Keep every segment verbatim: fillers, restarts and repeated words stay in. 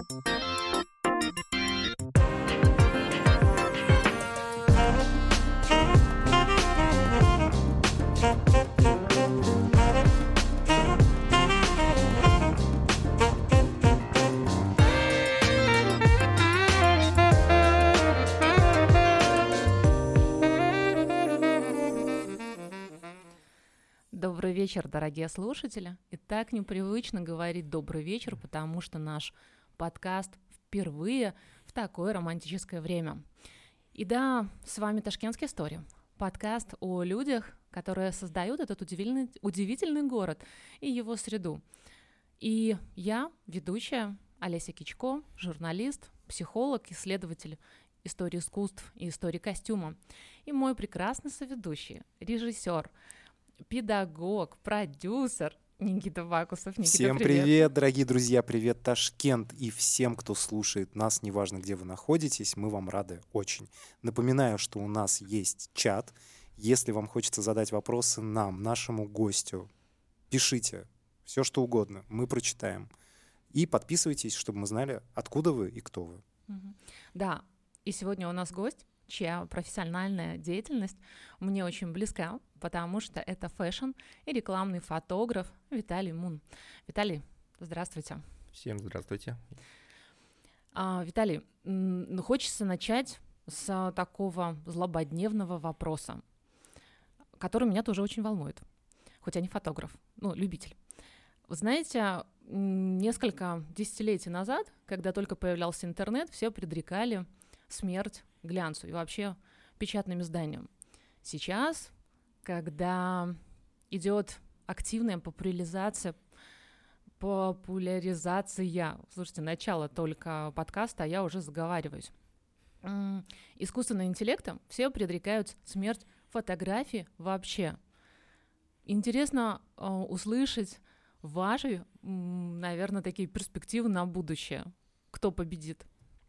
Добрый вечер, дорогие слушатели. И так непривычно говорить «добрый вечер», потому что наш подкаст впервые в такое романтическое время. И да, с вами «Ташкентские истории», подкаст о людях, которые создают этот удивительный, удивительный город и его среду. И я, ведущая Олеся Кичко, журналист, психолог, исследователь истории искусств и истории костюма. И мой прекрасный соведущий, режиссер, педагог, продюсер Никита Вакусов. Никита, всем привет. привет, дорогие друзья, привет, Ташкент, и всем, кто слушает нас, неважно, где вы находитесь, мы вам рады очень. Напоминаю, что у нас есть чат. Если вам хочется задать вопросы нам, нашему гостю, пишите все, что угодно, мы прочитаем. И подписывайтесь, чтобы мы знали, откуда вы и кто вы. Угу. Да, и сегодня у нас гость, чья профессиональная деятельность мне очень близка, потому что это фэшн и рекламный фотограф Виталий Мун. Виталий, здравствуйте. Всем здравствуйте. А, Виталий, ну, хочется начать с такого злободневного вопроса, который меня тоже очень волнует, хоть я не фотограф, ну, любитель. Вы знаете, несколько десятилетий назад, когда только появлялся интернет, все предрекали смерть глянцу и вообще печатным изданиям. Сейчас, когда идет активная популяризация, популяризация, слушайте, начало только подкаста, а я уже заговариваюсь, искусственным интеллектом все предрекают смерть фотографии вообще. Интересно э, услышать ваши, наверное, такие перспективы на будущее. Кто победит?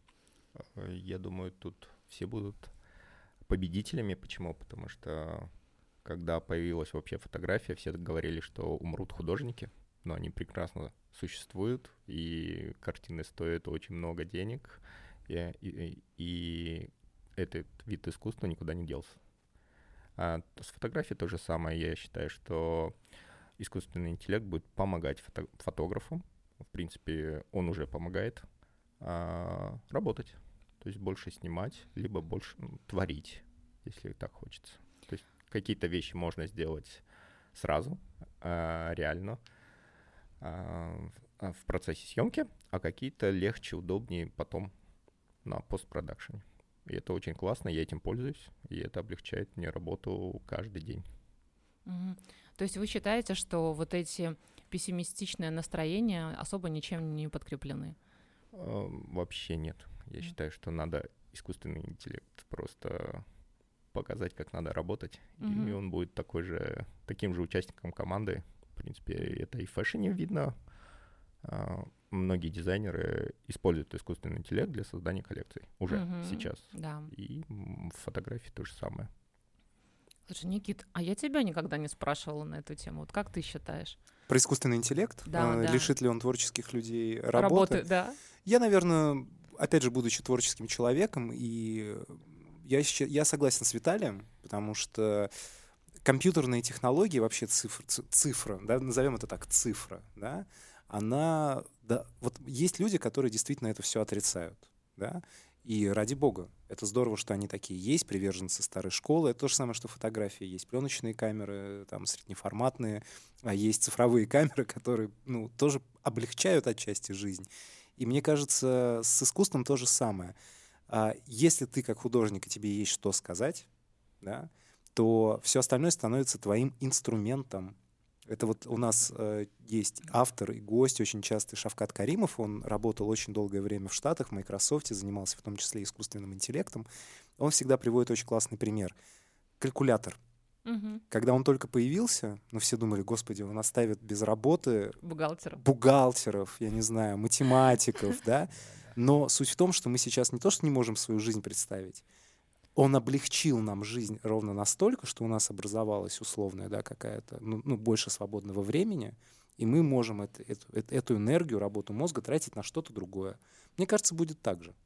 Я думаю, тут все будут победителями. Почему? Потому что когда появилась вообще фотография, все говорили, что умрут художники, но они прекрасно существуют, и картины стоят очень много денег, и, и, и этот вид искусства никуда не делся. А с фотографией то же самое. Я считаю, что искусственный интеллект будет помогать фото- фотографу. В принципе, он уже помогает а, работать. То есть больше снимать, либо больше ну, творить, если так хочется. То есть какие-то вещи можно сделать сразу, а, реально, а, в процессе съемки, а какие-то легче, удобнее потом на постпродакшене. И это очень классно, я этим пользуюсь, и это облегчает мне работу каждый день. Угу. То есть вы считаете, что вот эти пессимистичные настроения особо ничем не подкреплены? А, вообще нет. Я mm. считаю, что надо искусственный интеллект просто показать, как надо работать, mm-hmm. и он будет такой же, таким же участником команды. В принципе, это и в фэшне видно. А, многие дизайнеры используют искусственный интеллект для создания коллекций уже mm-hmm. сейчас. Да. И в фотографии то же самое. Слушай, Никит, а я тебя никогда не спрашивала на эту тему. Вот как ты считаешь? Про искусственный интеллект? Да, а, да. Лишит ли он творческих людей работы? Работы, да. Я, наверное, опять же, будучи творческим человеком, и я, я согласен с Виталием, потому что компьютерные технологии, вообще цифра, цифра, да, назовем это так, цифра, да, она, да, вот есть люди, которые действительно это все отрицают, да, и ради бога, это здорово, что они такие есть, приверженцы старой школы. Это то же самое, что фотографии. Есть пленочные камеры, там среднеформатные, а есть цифровые камеры, которые, ну, тоже облегчают отчасти жизнь. И мне кажется, с искусством то же самое. Если ты как художник, и тебе есть что сказать, да, то все остальное становится твоим инструментом. Это вот у нас э, есть автор и гость очень частый Шавкат Каримов. Он работал очень долгое время в Штатах, в Microsoft, занимался в том числе искусственным интеллектом. Он всегда приводит очень классный пример. Калькулятор. Угу. Когда он только появился, ну, все думали, господи, он оставит без работы бухгалтеров, бухгалтеров, я не знаю, математиков, да. Но суть в том, что мы сейчас не то, что не можем свою жизнь представить, он облегчил нам жизнь ровно настолько, что у нас образовалась условная, да, какая-то, ну, ну, больше свободного времени, И мы можем это, эту, эту энергию, работу мозга тратить на что-то другое. Мне кажется, будет так же.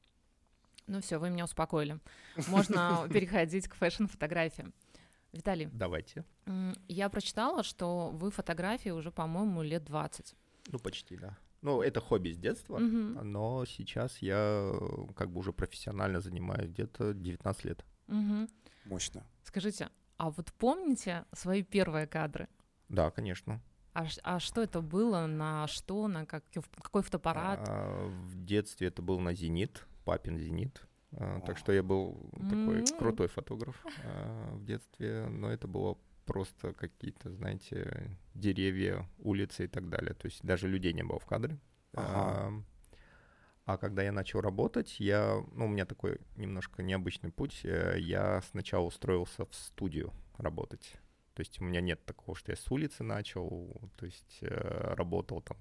Ну все, вы меня успокоили. Можно переходить к фэшн-фотографиям. Виталий. Давайте. Я прочитала, что вы фотографии уже, по-моему, лет двадцать. Ну, почти, да. Ну, это хобби с детства, Угу. но сейчас я как бы уже профессионально занимаюсь где-то девятнадцать лет. Угу. Мощно. Скажите, а вот помните свои первые кадры? Да, конечно. А, а что это было, на что, на как, какой фотоаппарат? А, в детстве это был на «Зенит», папин «Зенит». А, так что я был такой Mm. крутой фотограф а, в детстве, но это было просто какие-то, знаете, деревья, улицы и так далее. То есть даже людей не было в кадре. Ага. А, а когда я начал работать, я, ну, у меня такой немножко необычный путь. Я сначала устроился в студию работать. То есть у меня нет такого, что я с улицы начал, то есть э, работал там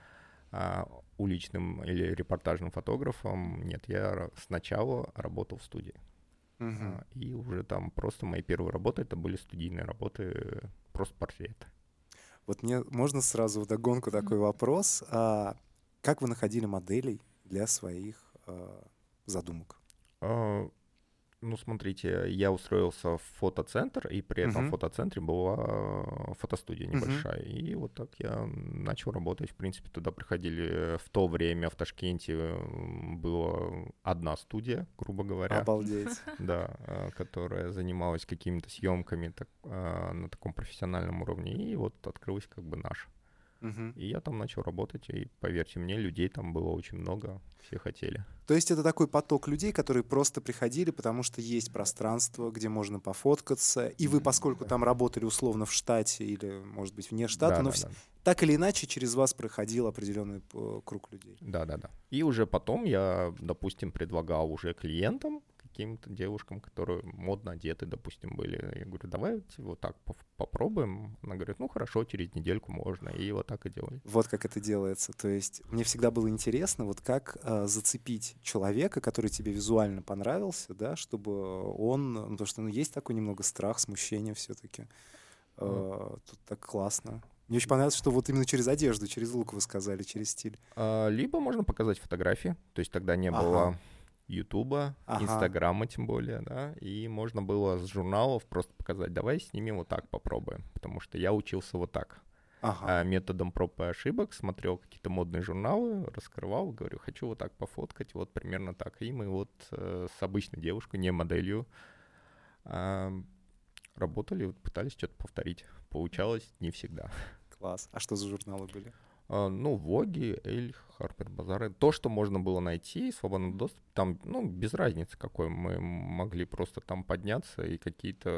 э, уличным или репортажным фотографом. Нет, я сначала работал в студии. Угу. А, и уже там просто мои первые работы, это были студийные работы, просто портреты. Вот мне можно сразу вдогонку такой вопрос. А как вы находили моделей для своих а, задумок? А, ну, смотрите, я устроился в фотоцентр, и при этом Мгм. в фотоцентре была фотостудия Мгм. небольшая. И вот так я начал работать. В принципе, туда приходили в то время в Ташкенте м, была одна студия, грубо говоря, Обалдеть. да, а, которая занималась какими-то съемками так, а, на таком профессиональном уровне. И вот открылась как бы наша. Мгм. И я там начал работать, и поверьте мне, людей там было очень много, все хотели. То есть это такой поток людей, которые просто приходили, потому что есть пространство, где можно пофоткаться. И вы, поскольку там работали условно в штате или, может быть, вне штата, Да, но да, вс- да. так или иначе через вас проходил определенный э, круг людей. Да, да, да. И уже потом я, допустим, предлагал уже клиентам, каким-то девушкам, которые модно одеты, допустим, были. Я говорю, давайте вот так поф- попробуем. Она говорит, ну хорошо, через недельку можно. И вот так и делали. Вот как это делается. То есть мне всегда было интересно, вот как э, зацепить человека, который тебе визуально понравился, да, чтобы он, ну, потому что ну, есть такой немного страх, смущение все-таки. Э, тут так классно. Мне очень понравилось, что вот именно через одежду, через лук вы сказали, через стиль. А, либо можно показать фотографии. То есть тогда не Ага. было Ютуба, Ага. Инстаграма тем более, да. И можно было с журналов просто показать, давай снимем вот так, попробуем. Потому что я учился вот так. Ага. А, методом проб и ошибок, смотрел какие-то модные журналы, раскрывал, говорю, хочу вот так пофоткать, вот примерно так. И мы вот э, с обычной девушкой, не моделью, а, работали, вот пытались что-то повторить. Получалось не всегда. Класс. А что за журналы были? А, ну, Воги, Эль, Харпер Базар. То, что можно было найти, свободный доступ, там, ну, без разницы какой. Мы могли просто там подняться и какие-то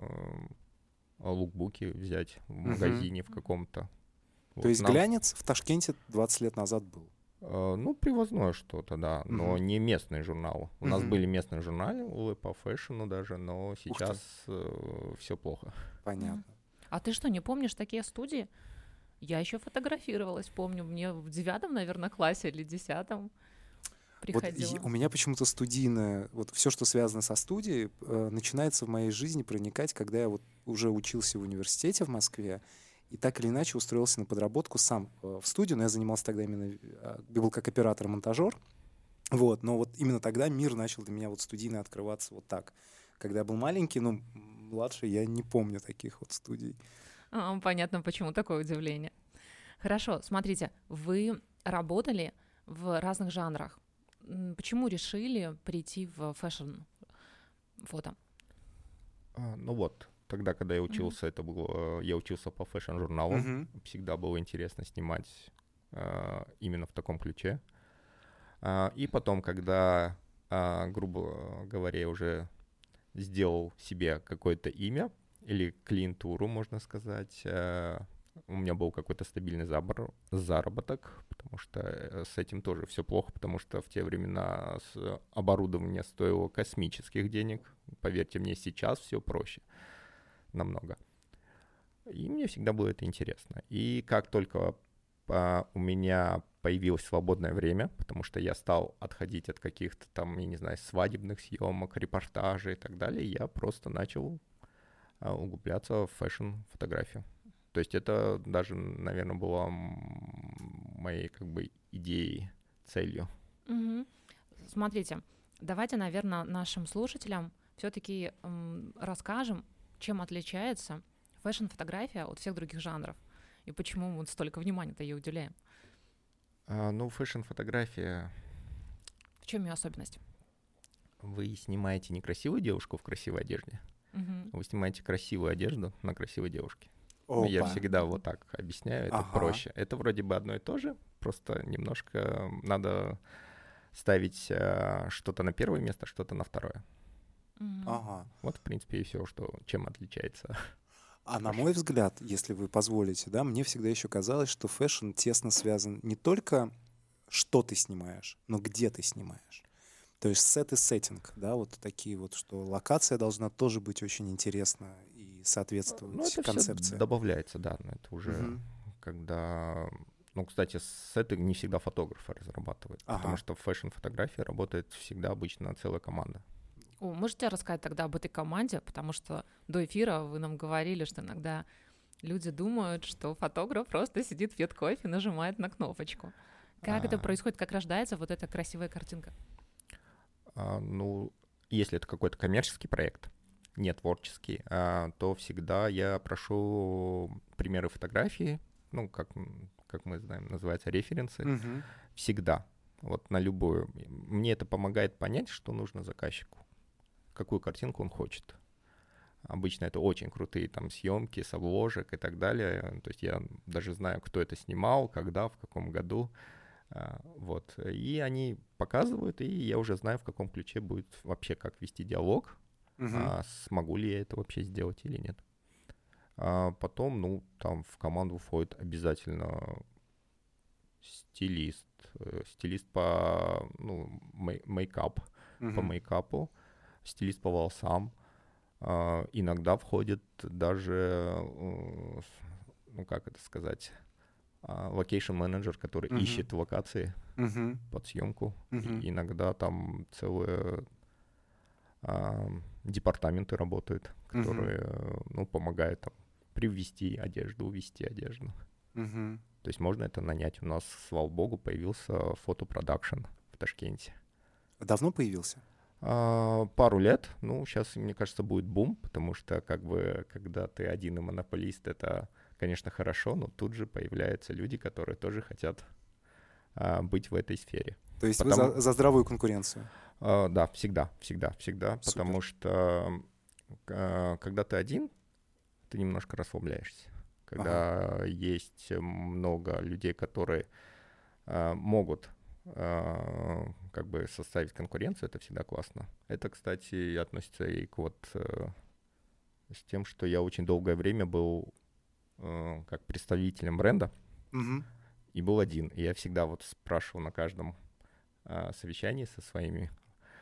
э, лукбуки взять в Мгм. магазине в каком-то. То Вот есть нам- глянец в Ташкенте двадцать лет назад был. Э, Ну, привозное что-то, да, но Мгм. не местные журналы. У нас Мгм. были местные журналы по фэшну даже, но ты. сейчас все плохо. Понятно. А ты что, не помнишь такие студии? Я еще фотографировалась, помню, мне в девятом, наверное, классе или десятом Вот приходила. и у меня почему-то студийное, вот все, что связано со студией, э, начинается в моей жизни проникать, когда я вот уже учился в университете в Москве, и так или иначе устроился на подработку сам э, в студию, но я занимался тогда именно, э, я был как оператор-монтажер, вот, но вот именно тогда мир начал для меня вот студийно открываться вот так. Когда я был маленький, ну, младший, я не помню таких вот студий. А, понятно, почему такое удивление. Хорошо, смотрите, вы работали в разных жанрах. М, Почему решили прийти в фэшн-фото? А, Ну вот, тогда, когда я учился, это было, я учился по фэшн-журналам. Мгм. Всегда было интересно снимать а, именно в таком ключе. А, и потом, когда, а, грубо говоря, я уже сделал себе какое-то имя или клиентуру, можно сказать, а, у меня был какой-то стабильный забор- заработок, потому что э, с этим тоже все плохо, потому что в те времена с- оборудование стоило космических денег. Поверьте мне, сейчас все проще намного. И мне всегда было это интересно. И как только а, у меня появилось свободное время, потому что я стал отходить от каких-то там, я не знаю, свадебных съемок, репортажей и так далее, я просто начал а, углубляться в фэшн-фотографию. То есть это даже, наверное, было моей как бы идеей, целью. Угу. Смотрите, давайте, наверное, нашим слушателям все-таки м, расскажем, чем отличается фэшн-фотография от всех других жанров и почему мы столько внимания-то ей уделяем. А, ну, фэшн-фотография... В чем ее особенность? Вы снимаете не красивую девушку в красивой одежде, Угу. вы снимаете красивую одежду на красивой девушке. Опа. Я всегда вот так объясняю, это Ага. проще. Это вроде бы одно и то же, просто немножко надо ставить а, что-то на первое место, что-то на второе. Угу. Ага. Вот, в принципе, и все, что, чем отличается. А на мой взгляд, если вы позволите, да, мне всегда еще казалось, что фэшн тесно связан не только что ты снимаешь, но где ты снимаешь. То есть сет и сеттинг, да, вот такие вот, что локация должна тоже быть очень интересна и соответствовать Ну, это концепции. все добавляется, да, но это уже Мгм. когда... Ну, кстати, сеты не всегда фотографы разрабатывают, Ага. потому что в фэшн-фотографии работает всегда обычно целая команда. О, можете рассказать тогда об этой команде, потому что до эфира вы нам говорили, что иногда люди думают, что фотограф просто сидит, пьет кофе, нажимает на кнопочку. Как А. это происходит, как рождается вот эта красивая картинка? А, ну, если это какой-то коммерческий проект, не творческий, а, то всегда я прошу примеры фотографии, ну, как, как мы знаем, называется референсы, Мгм. всегда, вот на любую. Мне это помогает понять, что нужно заказчику, какую картинку он хочет. Обычно это очень крутые там съемки с обложек и так далее. То есть я даже знаю, кто это снимал, когда, в каком году. А, Вот. И они показывают, и я уже знаю, в каком ключе будет вообще, как вести диалог, Мгм. а смогу ли я это вообще сделать или нет. А потом, ну, там в команду входит обязательно стилист, э, стилист по, ну, мей- мейкап, по Мгм. мейкапу, стилист по волосам. А, иногда входит даже, э, с- ну, как это сказать, локейшн менеджер, который Мгм. ищет локации Мгм. под съемку. Мгм. И иногда там целые а, департаменты работают, Мгм. которые э, ну, помогают там, привезти одежду, увезти одежду. Мгм. То есть можно это нанять. У нас, слава богу, появился фотопродакшн в Ташкенте. Давно появился? А, пару лет. Ну, сейчас, мне кажется, будет бум, потому что, как бы, когда ты один и монополист, это, конечно, хорошо, но тут же появляются люди, которые тоже хотят а, быть в этой сфере. То есть Потому- вы за, за здравую конкуренцию? А, да, всегда, всегда, всегда, Супер. потому что а, когда ты один, ты немножко расслабляешься. Когда есть много людей, которые а, могут а, как бы составить конкуренцию, это всегда классно. Это, кстати, относится и к вот э, с тем, что я очень долгое время был э, как представителем бренда Мгм. и был один. И я всегда вот спрашивал на каждом а, совещании со своими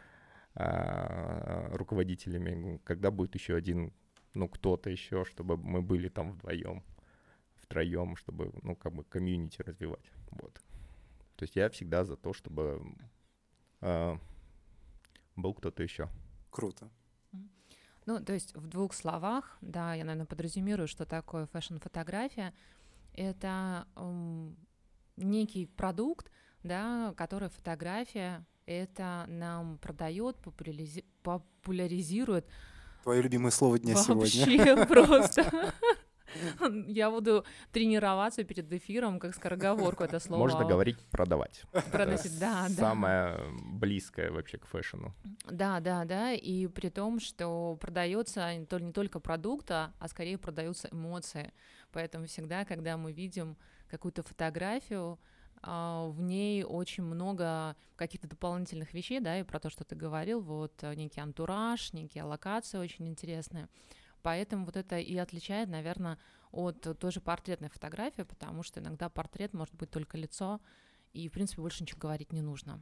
а, руководителями, когда будет еще один, ну, кто-то еще, чтобы мы были там вдвоем, втроем, чтобы, ну, как бы комьюнити развивать. Вот. То есть я всегда за то, чтобы а, был кто-то еще. Круто. Ну, то есть в двух словах, да, я, наверное, подразумирую, что такое фэшн-фотография. Это м, некий продукт, да, который фотография это нам продает, популяризи- популяризирует. Твое любимое слово дня сегодня. Вообще просто. Я буду тренироваться перед эфиром, как скороговорку это слово. Можно говорить продавать. Проносить, Это да, да. самое близкое вообще к фэшну. Да, да, да, и при том, что продается не тол- не только продукт, а а скорее продаются эмоции. Поэтому всегда, когда мы видим какую-то фотографию, а, в ней очень много каких-то дополнительных вещей, да, и про то, что ты говорил, вот э, некий антураж, некие локации очень интересные. Поэтому вот это и отличает, наверное, от той же портретной фотографии, потому что иногда портрет может быть только лицо, и, в принципе, больше ничего говорить не нужно.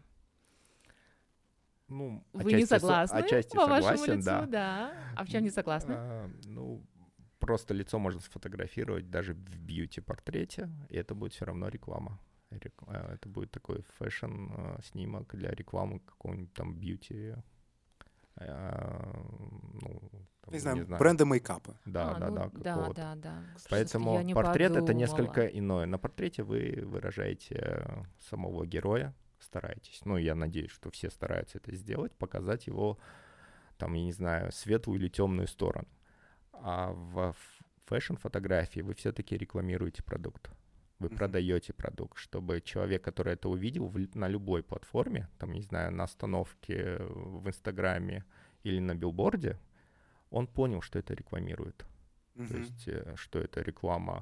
Ну, Вы не отчасти со- согласны отчасти по вашему согласен, лицу, да. да. А в чем не согласны? А, ну, просто лицо можно сфотографировать даже в бьюти-портрете, и это будет все равно реклама. Рек- а, Это будет такой фэшн-снимок для рекламы какого-нибудь там бьюти э, ну, там, Не знаю, не знаю. бренда мейкапа. Да, А, да, ну, да, да, какого-то. да, да. Что-то Поэтому я не портрет — это подумала. несколько иное. На портрете вы выражаете самого героя, стараетесь. Ну, я надеюсь, что все стараются это сделать, показать его, там, я не знаю, светлую или темную сторону. А в фэшн-фотографии вы все-таки рекламируете продукт. Вы Мгм. продаете продукт, чтобы человек, который это увидел в лю- на любой платформе, там, не знаю, на остановке в Инстаграме или на билборде, он понял, что это рекламирует. То Мгм. есть, э, что это реклама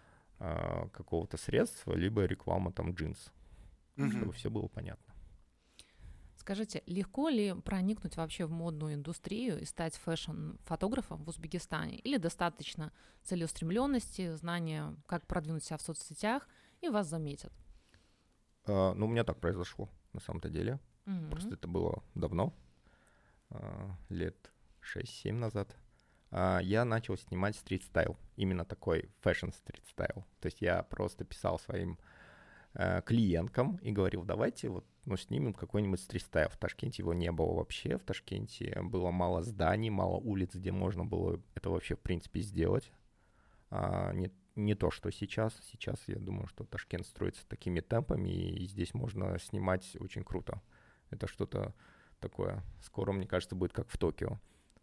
а, какого-то средства, либо реклама там джинс, Мгм. чтобы все было понятно. Скажите, легко ли проникнуть вообще в модную индустрию и стать фэшн-фотографом в Узбекистане? Или достаточно целеустремленности, знания, как продвинуть себя в соцсетях, и вас заметят? А, ну, у меня так произошло, на самом-то деле. Мгм. Просто это было давно, а, лет шесть-семь назад. А, я начал снимать стрит-стайл, именно такой фэшн-стрит-стайл. То есть я просто писал своим э, клиенткам и говорил, давайте вот, ну, снимем какой-нибудь стрит-стайл. В Ташкенте его не было вообще, в Ташкенте было мало зданий, мало улиц, где можно было это вообще в принципе сделать. А, не, не то, что сейчас. Сейчас я думаю, что Ташкент строится такими темпами, и здесь можно снимать очень круто. Это что-то такое. Скоро, мне кажется, будет как в Токио.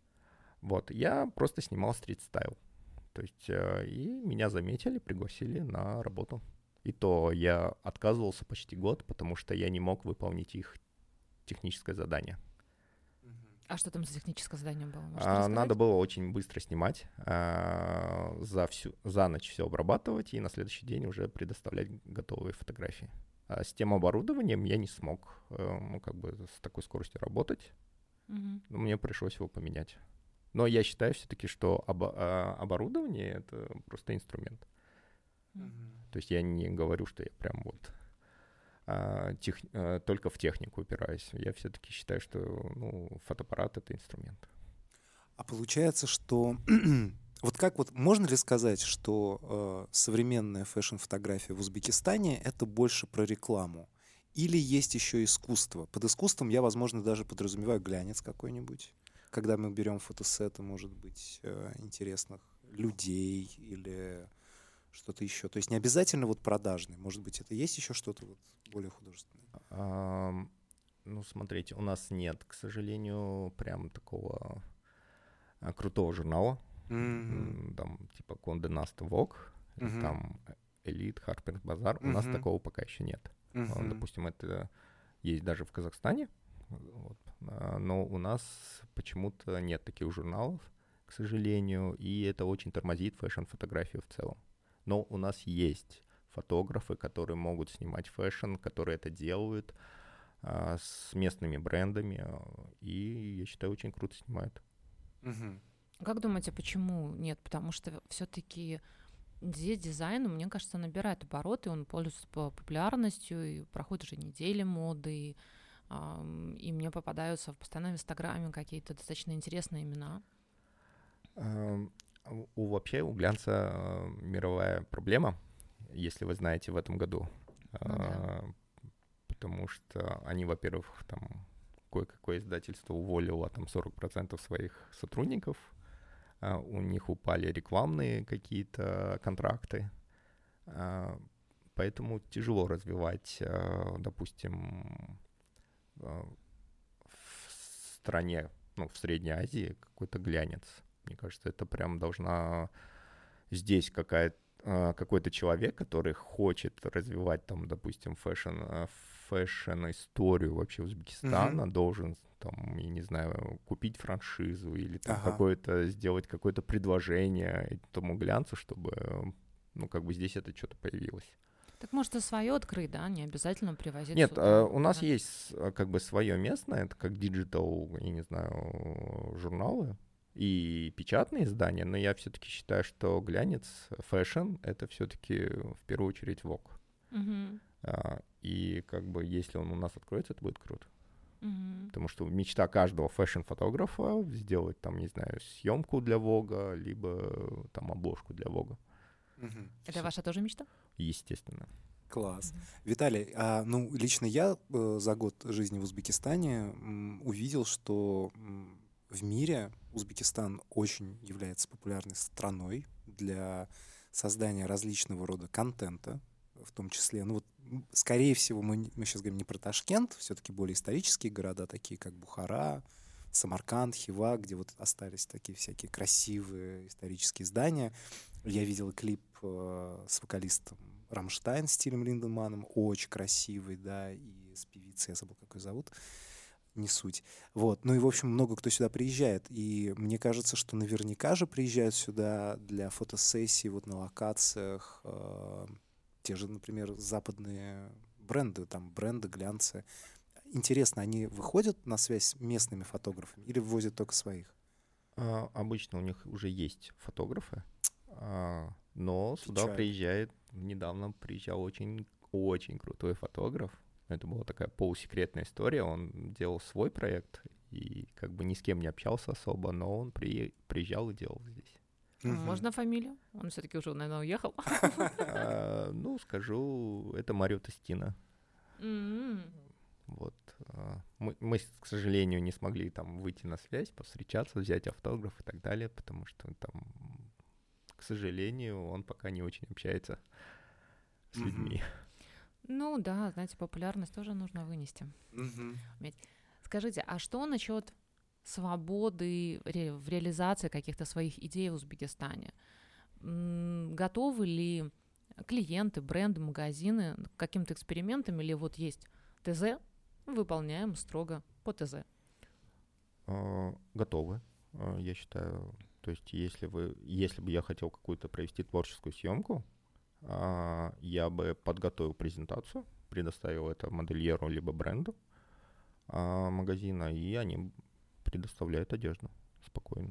Вот, я просто снимал стрит-стайл. То есть, э, и меня заметили, пригласили на работу. И то я отказывался почти год, потому что я не мог выполнить их техническое задание. А что там за техническое задание было? Можете А, рассказать? надо было очень быстро снимать, а, за, всю, за ночь все обрабатывать и на следующий день уже предоставлять готовые фотографии. А с тем оборудованием я не смог, э, ну, как бы с такой скоростью работать. Мгм. Но мне пришлось его поменять. Но я считаю все-таки, что обо- а, оборудование — это просто инструмент. Мгм. То есть я не говорю, что я прям вот а, тех- а, только в технику упираюсь. Я все-таки считаю, что, ну, фотоаппарат — это инструмент. А получается, что вот как вот можно ли сказать, что э, современная фэшн-фотография в Узбекистане это больше про рекламу? Или есть еще искусство? Под искусством я, возможно, даже подразумеваю глянец какой-нибудь, когда мы берем фотосеты, может быть, э, интересных людей или что-то еще. То есть не обязательно вот продажный. Может быть, это есть еще что-то вот более художественное? Ам, ну, смотрите, у нас нет, к сожалению, прям такого а, крутого журнала. Мгм. М, Там типа Condé Nast Vogue, или Мгм. там Elite, Harper's Bazaar. У нас Мгм. такого пока еще нет. А, Мгм. Допустим, это есть даже в Казахстане, вот, а, но у нас почему-то нет таких журналов, к сожалению, и это очень тормозит фэшн-фотографию в целом. Но у нас есть фотографы, которые могут снимать фэшн, которые это делают а, с местными брендами, а, и я считаю, очень круто снимают. Мгм. Как думаете, почему нет? Потому что все-таки здесь дизайн, мне кажется, набирает обороты, он пользуется по- популярностью, и проходят уже недели моды, и, ам, и мне попадаются в постоянном инстаграме какие-то достаточно интересные имена. Ам, у у- вообще у глянца а, мировая проблема, если вы знаете, в этом году. Ну да. А, Потому что они, во-первых, там кое-какое издательство уволило там сорок процентов своих сотрудников, а, у них упали рекламные какие-то контракты, а, поэтому тяжело развивать, а, допустим, а, в стране, ну, в Средней Азии какой-то глянец. Мне кажется, это прям должна здесь какая-то а, какой-то человек, который хочет развивать там, допустим, фэшн, а, фэшн-историю вообще Узбекистана, Мгм. должен там, я не знаю, купить франшизу или там Ага. какое-то, сделать какое-то предложение этому глянцу, чтобы, ну, как бы здесь это что-то появилось. Так может и свое открыть, да, не обязательно привозить Нет, сюда. а, у нас Да. есть а, как бы свое местное, это как диджитал, я не знаю, журналы и печатные издания, но я все-таки считаю, что глянец, фэшн — это все-таки в первую очередь Vogue. Мгм. А, И как бы если он у нас откроется, это будет круто. Мгм. Потому что мечта каждого фэшн-фотографа сделать там, не знаю, съемку для Vogue, либо там обложку для Vogue. Мгм. Это Всё. ваша тоже мечта? Естественно. Класс. Виталий, а, ну, лично я э, за год жизни в Узбекистане м, увидел, что м, в мире Узбекистан очень является популярной страной для создания различного рода контента, в том числе, ну вот, м, скорее всего, мы, не- мы сейчас говорим не про Ташкент, все-таки более исторические города, такие как Бухара, Самарканд, Хива, где вот остались такие всякие красивые исторические здания. Я видел клип э, с вокалистом Рамштайн стилем Линдеманном, очень красивый, да, и с певицей, я забыл, как ее зовут, не суть. Вот, ну и, в общем, много кто сюда приезжает, и мне кажется, что наверняка же приезжают сюда для фотосессий вот на локациях э, те же, например, западные бренды, там, бренды, глянцы. Интересно, они выходят на связь с местными фотографами или ввозят только своих? А, обычно у них уже есть фотографы, а, но сюда Печально. приезжает, недавно приезжал очень, очень крутой фотограф. Это была такая полусекретная история. Он делал свой проект и как бы ни с кем не общался особо, но он при, приезжал и делал здесь. А Мгм. Можно фамилию? Он все-таки уже, наверное, уехал. А, ну, скажу, это Марио Тестина. М. Вот. а, Мы, мы, к сожалению, не смогли там выйти на связь, повстречаться, взять автограф и так далее, потому что там, к сожалению, он пока не очень общается с Мгм. людьми. Ну да, знаете, популярность тоже нужно вынести. Мгм. Скажите, а что насчет свободы ре- в реализации каких-то своих идей в Узбекистане? М, Готовы ли клиенты, бренды, магазины к каким-то экспериментам, или вот есть ТЗ, выполняем строго по ТЗ? А, Готовы, а, я считаю. То есть, если вы, если бы я хотел какую-то провести творческую съемку, а, я бы подготовил презентацию, предоставил это модельеру либо бренду а, магазина, и они предоставляют одежду спокойно.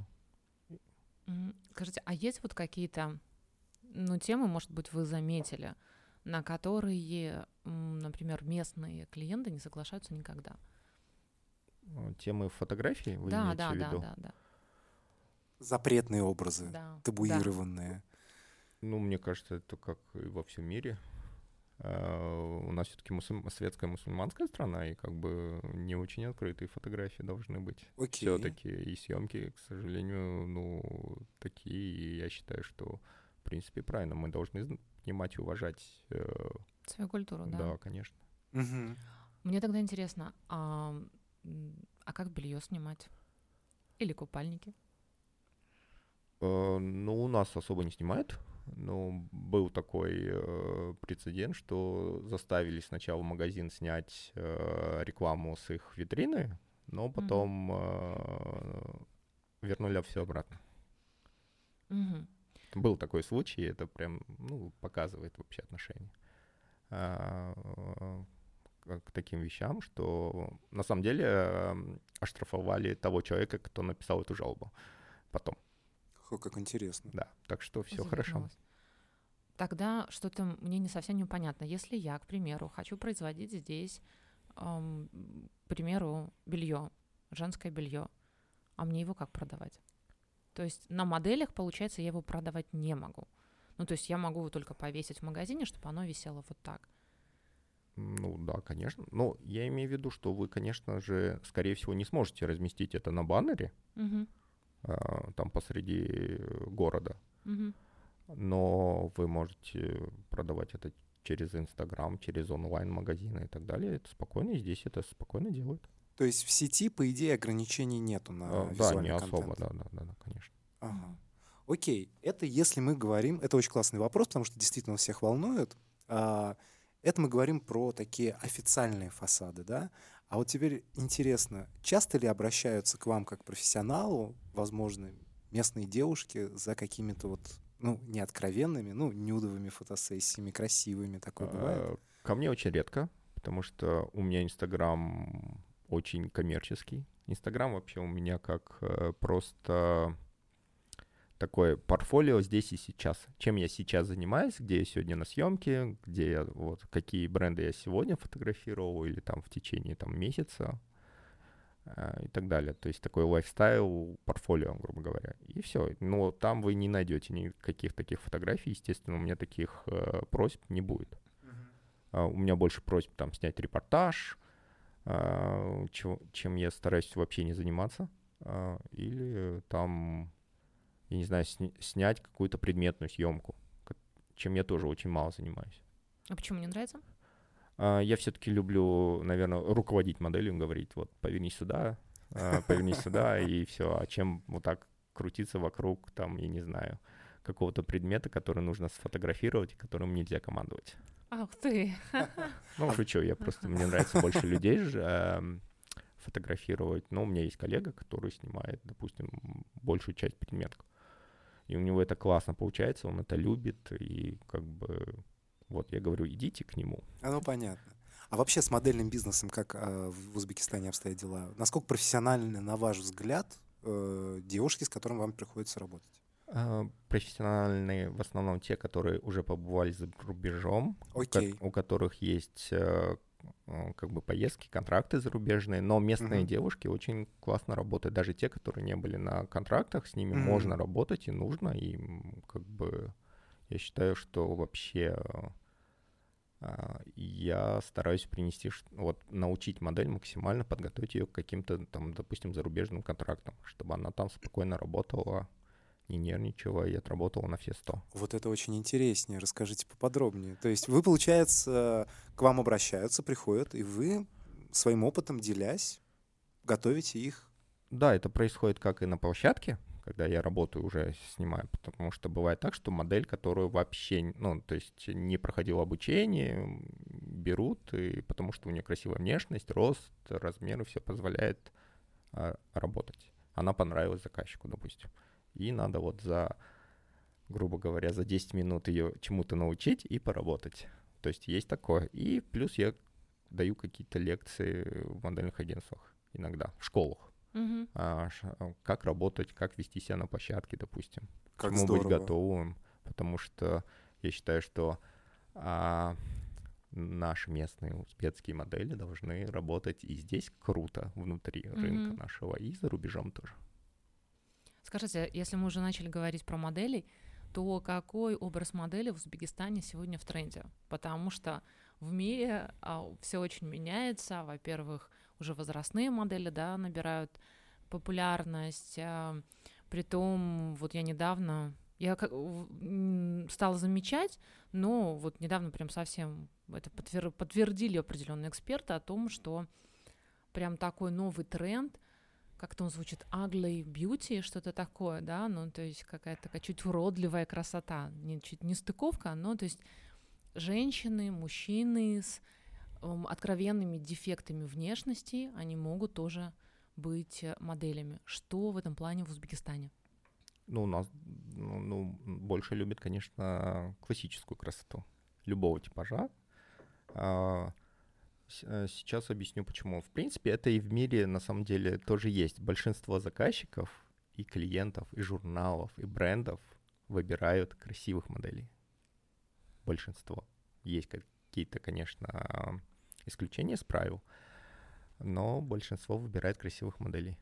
М, Скажите, а есть вот какие-то, ну, темы, может быть, вы заметили, на которые, м, например, местные клиенты не соглашаются никогда? А, Темы фотографий вы Да, имеете да, в да, виду? да, да, Запретные образы, да, да. табуированные. Ну, мне кажется, это как и во всем мире. А, У нас все-таки светская мусульманская страна, и как бы не очень открытые фотографии должны быть. Окей. Все-таки и съемки, к сожалению, ну, такие, и я считаю, что, в принципе, правильно. Мы должны зн- понимать и уважать. э, Свою культуру, да. Да, конечно. Мгм. Мне тогда интересно, а, м, а как белье снимать? Или купальники? Э, Ну, у нас особо не снимают. Но был такой э, прецедент, что заставили сначала магазин снять э, рекламу с их витрины, но потом э, вернули все обратно. Мгм. Был такой случай, и это прям, ну, показывает вообще отношение а, э, к таким вещам, что на самом деле э, оштрафовали того человека, кто написал эту жалобу потом. Хо, как интересно. Да, так что все хорошо. Завернулась. Тогда что-то мне не совсем непонятно. Если я, к примеру, хочу производить здесь, ам, к примеру, белье, женское белье, а мне его как продавать? То есть на моделях, получается, я его продавать не могу. Ну, то есть я могу его только повесить в магазине, чтобы оно висело вот так. Ну да, конечно. Но я имею в виду, что вы, конечно же, скорее всего, не сможете разместить это на баннере Мгм. а, там посреди города, Мгм. но вы можете продавать это через Инстаграм, через онлайн-магазины и так далее. Это спокойно, и здесь это спокойно делают. То есть в сети, по идее, ограничений нету на А, Да, визуальный не особо, контент? да, да, да, да, конечно. Ага. Мгм. Окей, это если мы говорим, это очень классный вопрос, потому что действительно он всех волнует. А, Это мы говорим про такие официальные фасады, да? А вот теперь интересно, часто ли обращаются к вам как к профессионалу, возможно, местные девушки за какими-то вот, ну, не откровенными, ну, нюдовыми фотосессиями, красивыми, такое бывает? А, Ко мне очень редко, потому что у меня Инстаграм очень коммерческий. Инстаграм вообще у меня как э, просто такое портфолио здесь и сейчас. Чем я сейчас занимаюсь, где я сегодня на съемке, где я, вот, какие бренды я сегодня фотографировал или там в течение там месяца э, и так далее. То есть такой лайфстайл, портфолио, грубо говоря. И все. Но там вы не найдете никаких таких фотографий. Естественно, у меня таких э, просьб не будет. У меня больше просьб там снять репортаж, чем я стараюсь вообще не заниматься. Или там, я не знаю, снять какую-то предметную съемку, чем я тоже очень мало занимаюсь. А почему не нравится? Я все-таки люблю, наверное, руководить моделью, говорить, вот, повернись сюда, повернись сюда, и все. А чем вот так крутиться вокруг, там, я не знаю, какого-то предмета, который нужно сфотографировать, и которым нельзя командовать. Ах ты! Ну, шучу, я просто, мне нравится больше людей же фотографировать. Но у меня есть коллега, который снимает, допустим, большую часть предметов. И у него это классно получается, он это любит, и как бы, вот, я говорю, идите к нему. А ну, понятно. А вообще с модельным бизнесом как э, в Узбекистане обстоят дела? Насколько профессиональны, на ваш взгляд, э, девушки, с которыми вам приходится работать? Профессиональные в основном те, которые уже побывали за рубежом, okay. у, у которых есть как бы поездки, контракты зарубежные, но местные uh-huh. девушки очень классно работают. Даже те, которые не были на контрактах, с ними uh-huh. можно работать и нужно. И как бы я считаю, что вообще я стараюсь принести, вот научить модель максимально, подготовить ее к каким-то там, допустим, зарубежным контрактам, чтобы она там спокойно работала, не нервничала и отработала на все сто. Вот это очень интереснее. Расскажите поподробнее. То есть вы, получается, к вам обращаются, приходят, и вы своим опытом, делясь, готовите их? Да, это происходит как и на площадке, когда я работаю, уже снимаю, потому что бывает так, что модель, которую вообще, ну, то есть не проходила обучение, берут, и потому что у нее красивая внешность, рост, размеры, все позволяет а, работать. Она понравилась заказчику, допустим. И надо вот за, грубо говоря, за десять минут ее чему-то научить и поработать. То есть есть такое. И плюс я даю какие-то лекции в модельных агентствах иногда, в школах. Mm-hmm. А, как работать, как вести себя на площадке, допустим. Как чему здорово. быть готовым. Потому что я считаю, что а, наши местные узбекские модели должны работать и здесь круто, внутри mm-hmm. рынка нашего, и за рубежом тоже. Скажите, если мы уже начали говорить про моделей, то какой образ модели в Узбекистане сегодня в тренде? Потому что в мире а, все очень меняется. Во-первых, уже возрастные модели, да, набирают популярность. А, притом, вот я недавно, я как, стала замечать, но вот недавно прям совсем это подтвер, подтвердили определенные эксперты о том, что прям такой новый тренд, как-то он звучит, ugly beauty, что-то такое, да, ну, то есть какая-то такая чуть уродливая красота, не, чуть не стыковка, но, то есть женщины, мужчины с эм, откровенными дефектами внешности, они могут тоже быть моделями. Что в этом плане в Узбекистане? Ну, у нас ну, ну, больше любят, конечно, классическую красоту любого типажа. А, Сейчас объясню, почему. В принципе, это и в мире, на самом деле, тоже есть. Большинство заказчиков и клиентов, и журналов, и брендов выбирают красивых моделей. Большинство. Есть какие-то, конечно, исключения из правил, но большинство выбирает красивых моделей.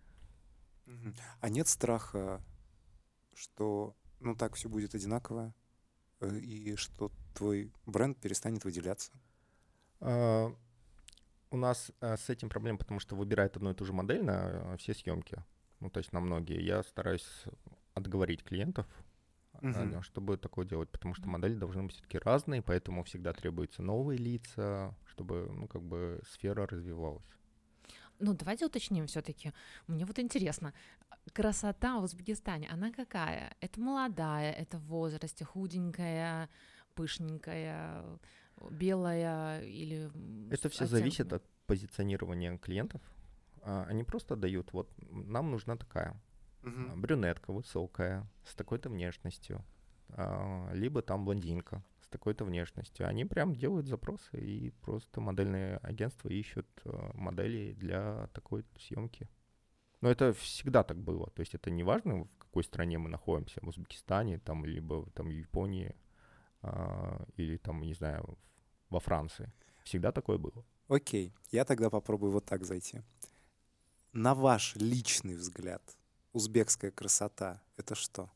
А нет страха, что, ну, так все будет одинаково, и что твой бренд перестанет выделяться? Uh, у нас uh, с этим проблема, потому что выбирают одну и ту же модель на uh, все съемки, ну, то есть на многие. Я стараюсь отговорить клиентов, uh-huh. uh, чтобы такое делать, потому что модели должны быть все-таки разные, поэтому всегда требуются новые лица, чтобы, ну, как бы сфера развивалась. Ну, давайте уточним все-таки. Мне вот интересно, красота в Узбекистане, она какая? Это молодая, это в возрасте, худенькая, пышненькая, белая или... Это все зависит от позиционирования клиентов. Они просто дают, вот нам нужна такая uh-huh. брюнетка высокая, с такой-то внешностью, либо там блондинка с такой-то внешностью. Они прям делают запросы, и просто модельные агентства ищут модели для такой съемки. Но это всегда так было. То есть это не важно, в какой стране мы находимся, в Узбекистане, там, либо там, в Японии, или там, не знаю, во Франции. Всегда такое было. Окей, я тогда попробую вот так зайти. На ваш личный взгляд, узбекская красота — это что?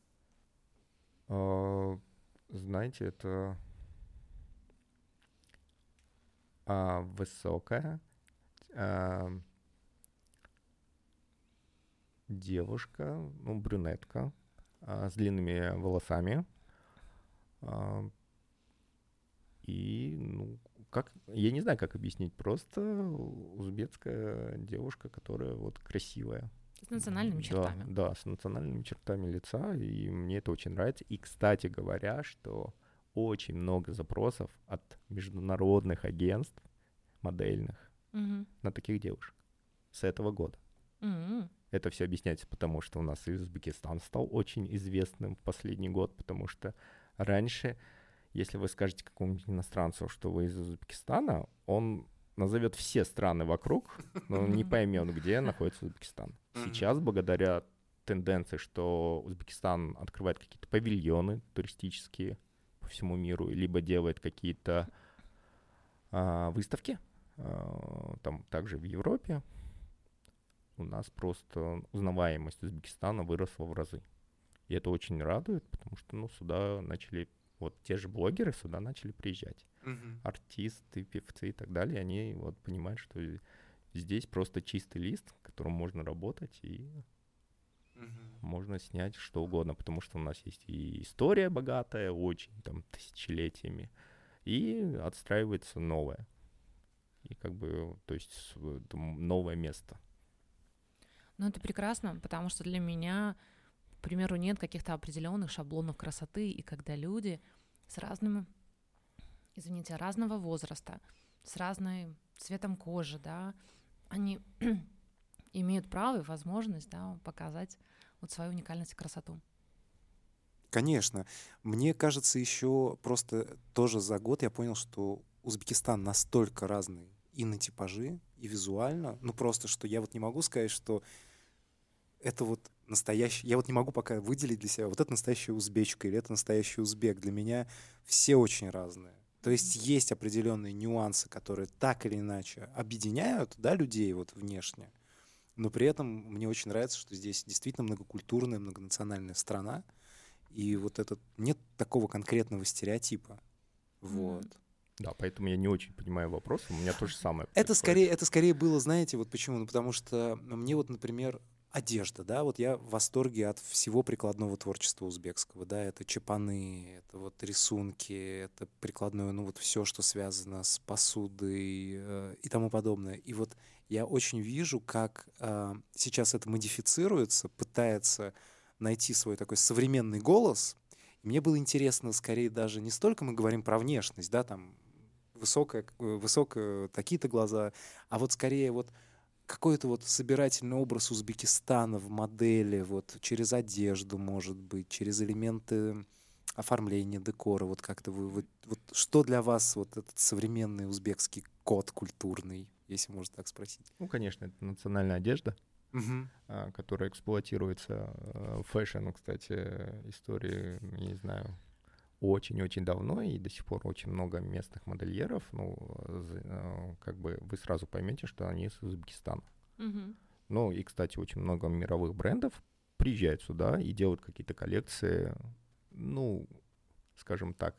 Uh, знаете, это... а, высокая а, девушка, ну, брюнетка, а, с длинными волосами. А, и, ну, как, я не знаю, как объяснить, просто узбекская девушка, которая вот красивая. С национальными чертами. Да, да, с национальными чертами лица, и мне это очень нравится. И, кстати говоря, что очень много запросов от международных агентств модельных Угу. на таких девушек с этого года. Угу. Это все объясняется потому, что у нас и Узбекистан стал очень известным в последний год, потому что раньше, если вы скажете какому-нибудь иностранцу, что вы из Узбекистана, он назовет все страны вокруг, но он не поймет, где находится Узбекистан. Сейчас, благодаря тенденции, что Узбекистан открывает какие-то павильоны туристические по всему миру, либо делает какие-то а, выставки, а, там также в Европе, у нас просто узнаваемость Узбекистана выросла в разы. И это очень радует, потому что, ну, сюда начали, вот те же блогеры сюда начали приезжать. Мгм. Артисты, певцы и так далее, они вот понимают, что здесь просто чистый лист, которым можно работать, и Мгм. можно снять что угодно, потому что у нас есть и история богатая, очень, там, тысячелетиями, и отстраивается новое. И как бы, то есть с- это новое место. Ну, это прекрасно, потому что для меня, к примеру, нет каких-то определенных шаблонов красоты, и когда люди с разным, извините, разного возраста, с разным цветом кожи, да, они имеют право и возможность, да, показать вот свою уникальность и красоту. Конечно. Мне кажется, еще просто тоже за год я понял, что Узбекистан настолько разный и на типажи, и визуально. Ну, просто, что я вот не могу сказать, что это вот настоящий... Я вот не могу пока выделить для себя, вот это настоящая узбечка или это настоящий узбек. Для меня все очень разные. То есть есть определенные нюансы, которые так или иначе объединяют, да, людей вот внешне. Но при этом мне очень нравится, что здесь действительно многокультурная, многонациональная страна. И вот этот нет такого конкретного стереотипа. Вот. Мгм. Да, поэтому я не очень понимаю вопрос, у меня то же самое Это происходит. скорее, это скорее было, знаете, вот почему? Ну, потому что мне вот, например, одежда, да, вот я в восторге от всего прикладного творчества узбекского, да, это чапаны, это вот рисунки, это прикладное, ну, вот все, что связано с посудой э, и тому подобное. И вот я очень вижу, как э, сейчас это модифицируется, пытается найти свой такой современный голос. И мне было интересно, скорее, даже не столько мы говорим про внешность, да, там, высокая, э, высокая, такие-то глаза, а вот скорее вот какой-то вот собирательный образ Узбекистана в модели, вот через одежду, может быть, через элементы оформления, декора, вот как-то вы, вот, вот что для вас вот этот современный узбекский код культурный, если можно так спросить? Ну, конечно, это национальная одежда, Мгм. а, которая эксплуатируется э, фэшн, кстати, истории, не знаю, очень-очень давно, и до сих пор очень много местных модельеров, ну, з- э, как бы вы сразу поймете, что они из Узбекистана. Мгм. Ну, и, кстати, очень много мировых брендов приезжают сюда и делают какие-то коллекции, ну, скажем так,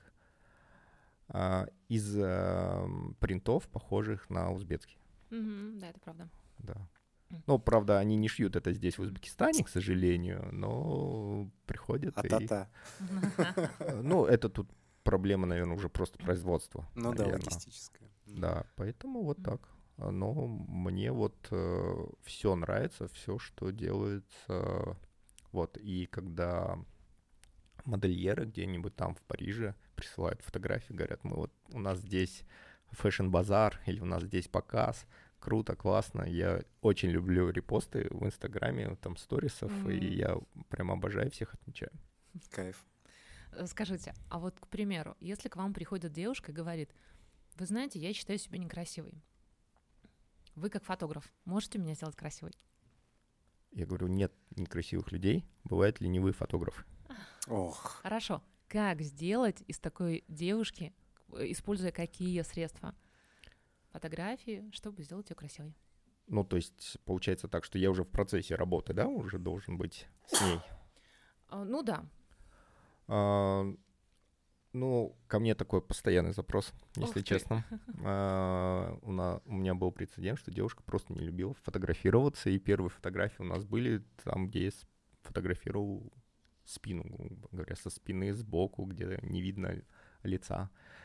а, из э, принтов, похожих на узбекские. Мгм. Да, это правда. Да. М. Ну, правда, они не шьют это здесь, в Узбекистане, к сожалению, но приходят и... А-та-та. Э, Ну, это тут проблема, наверное, уже просто производства. Ну да, наверно. логистическая. М. Да, поэтому вот Мгм. так. А, Но мне вот все нравится, все, что делается. Вот, и когда модельеры где-нибудь там в Париже присылают фотографии, говорят, мы вот, у нас здесь фэшн-базар, или у нас здесь показ, круто, классно. Я очень люблю репосты в Инстаграме, там, сторисов, и Мгм. я прям обожаю, всех отмечаю. Кайф. Э, Скажите, а вот, к примеру, если к вам приходит девушка и говорит, вы знаете, я считаю себя некрасивой. Вы, как фотограф, можете меня сделать красивой? Я говорю, нет некрасивых людей, бывают ленивые фотографы. Ох. Хорошо. Как сделать из такой девушки, э, используя какие средства? Фотографии, чтобы сделать ее красивой. Ну, то есть получается так, что я уже в процессе работы, да, уже должен быть с ней. А, Ну да. А, Ну, ко мне такой постоянный запрос, если Ух ты. честно. А, у, на- у меня был прецедент, что девушка просто не любила фотографироваться, и первые фотографии у нас были там, где я с- фотографировал спину, грубо говоря, со спины, сбоку, где не видно лица.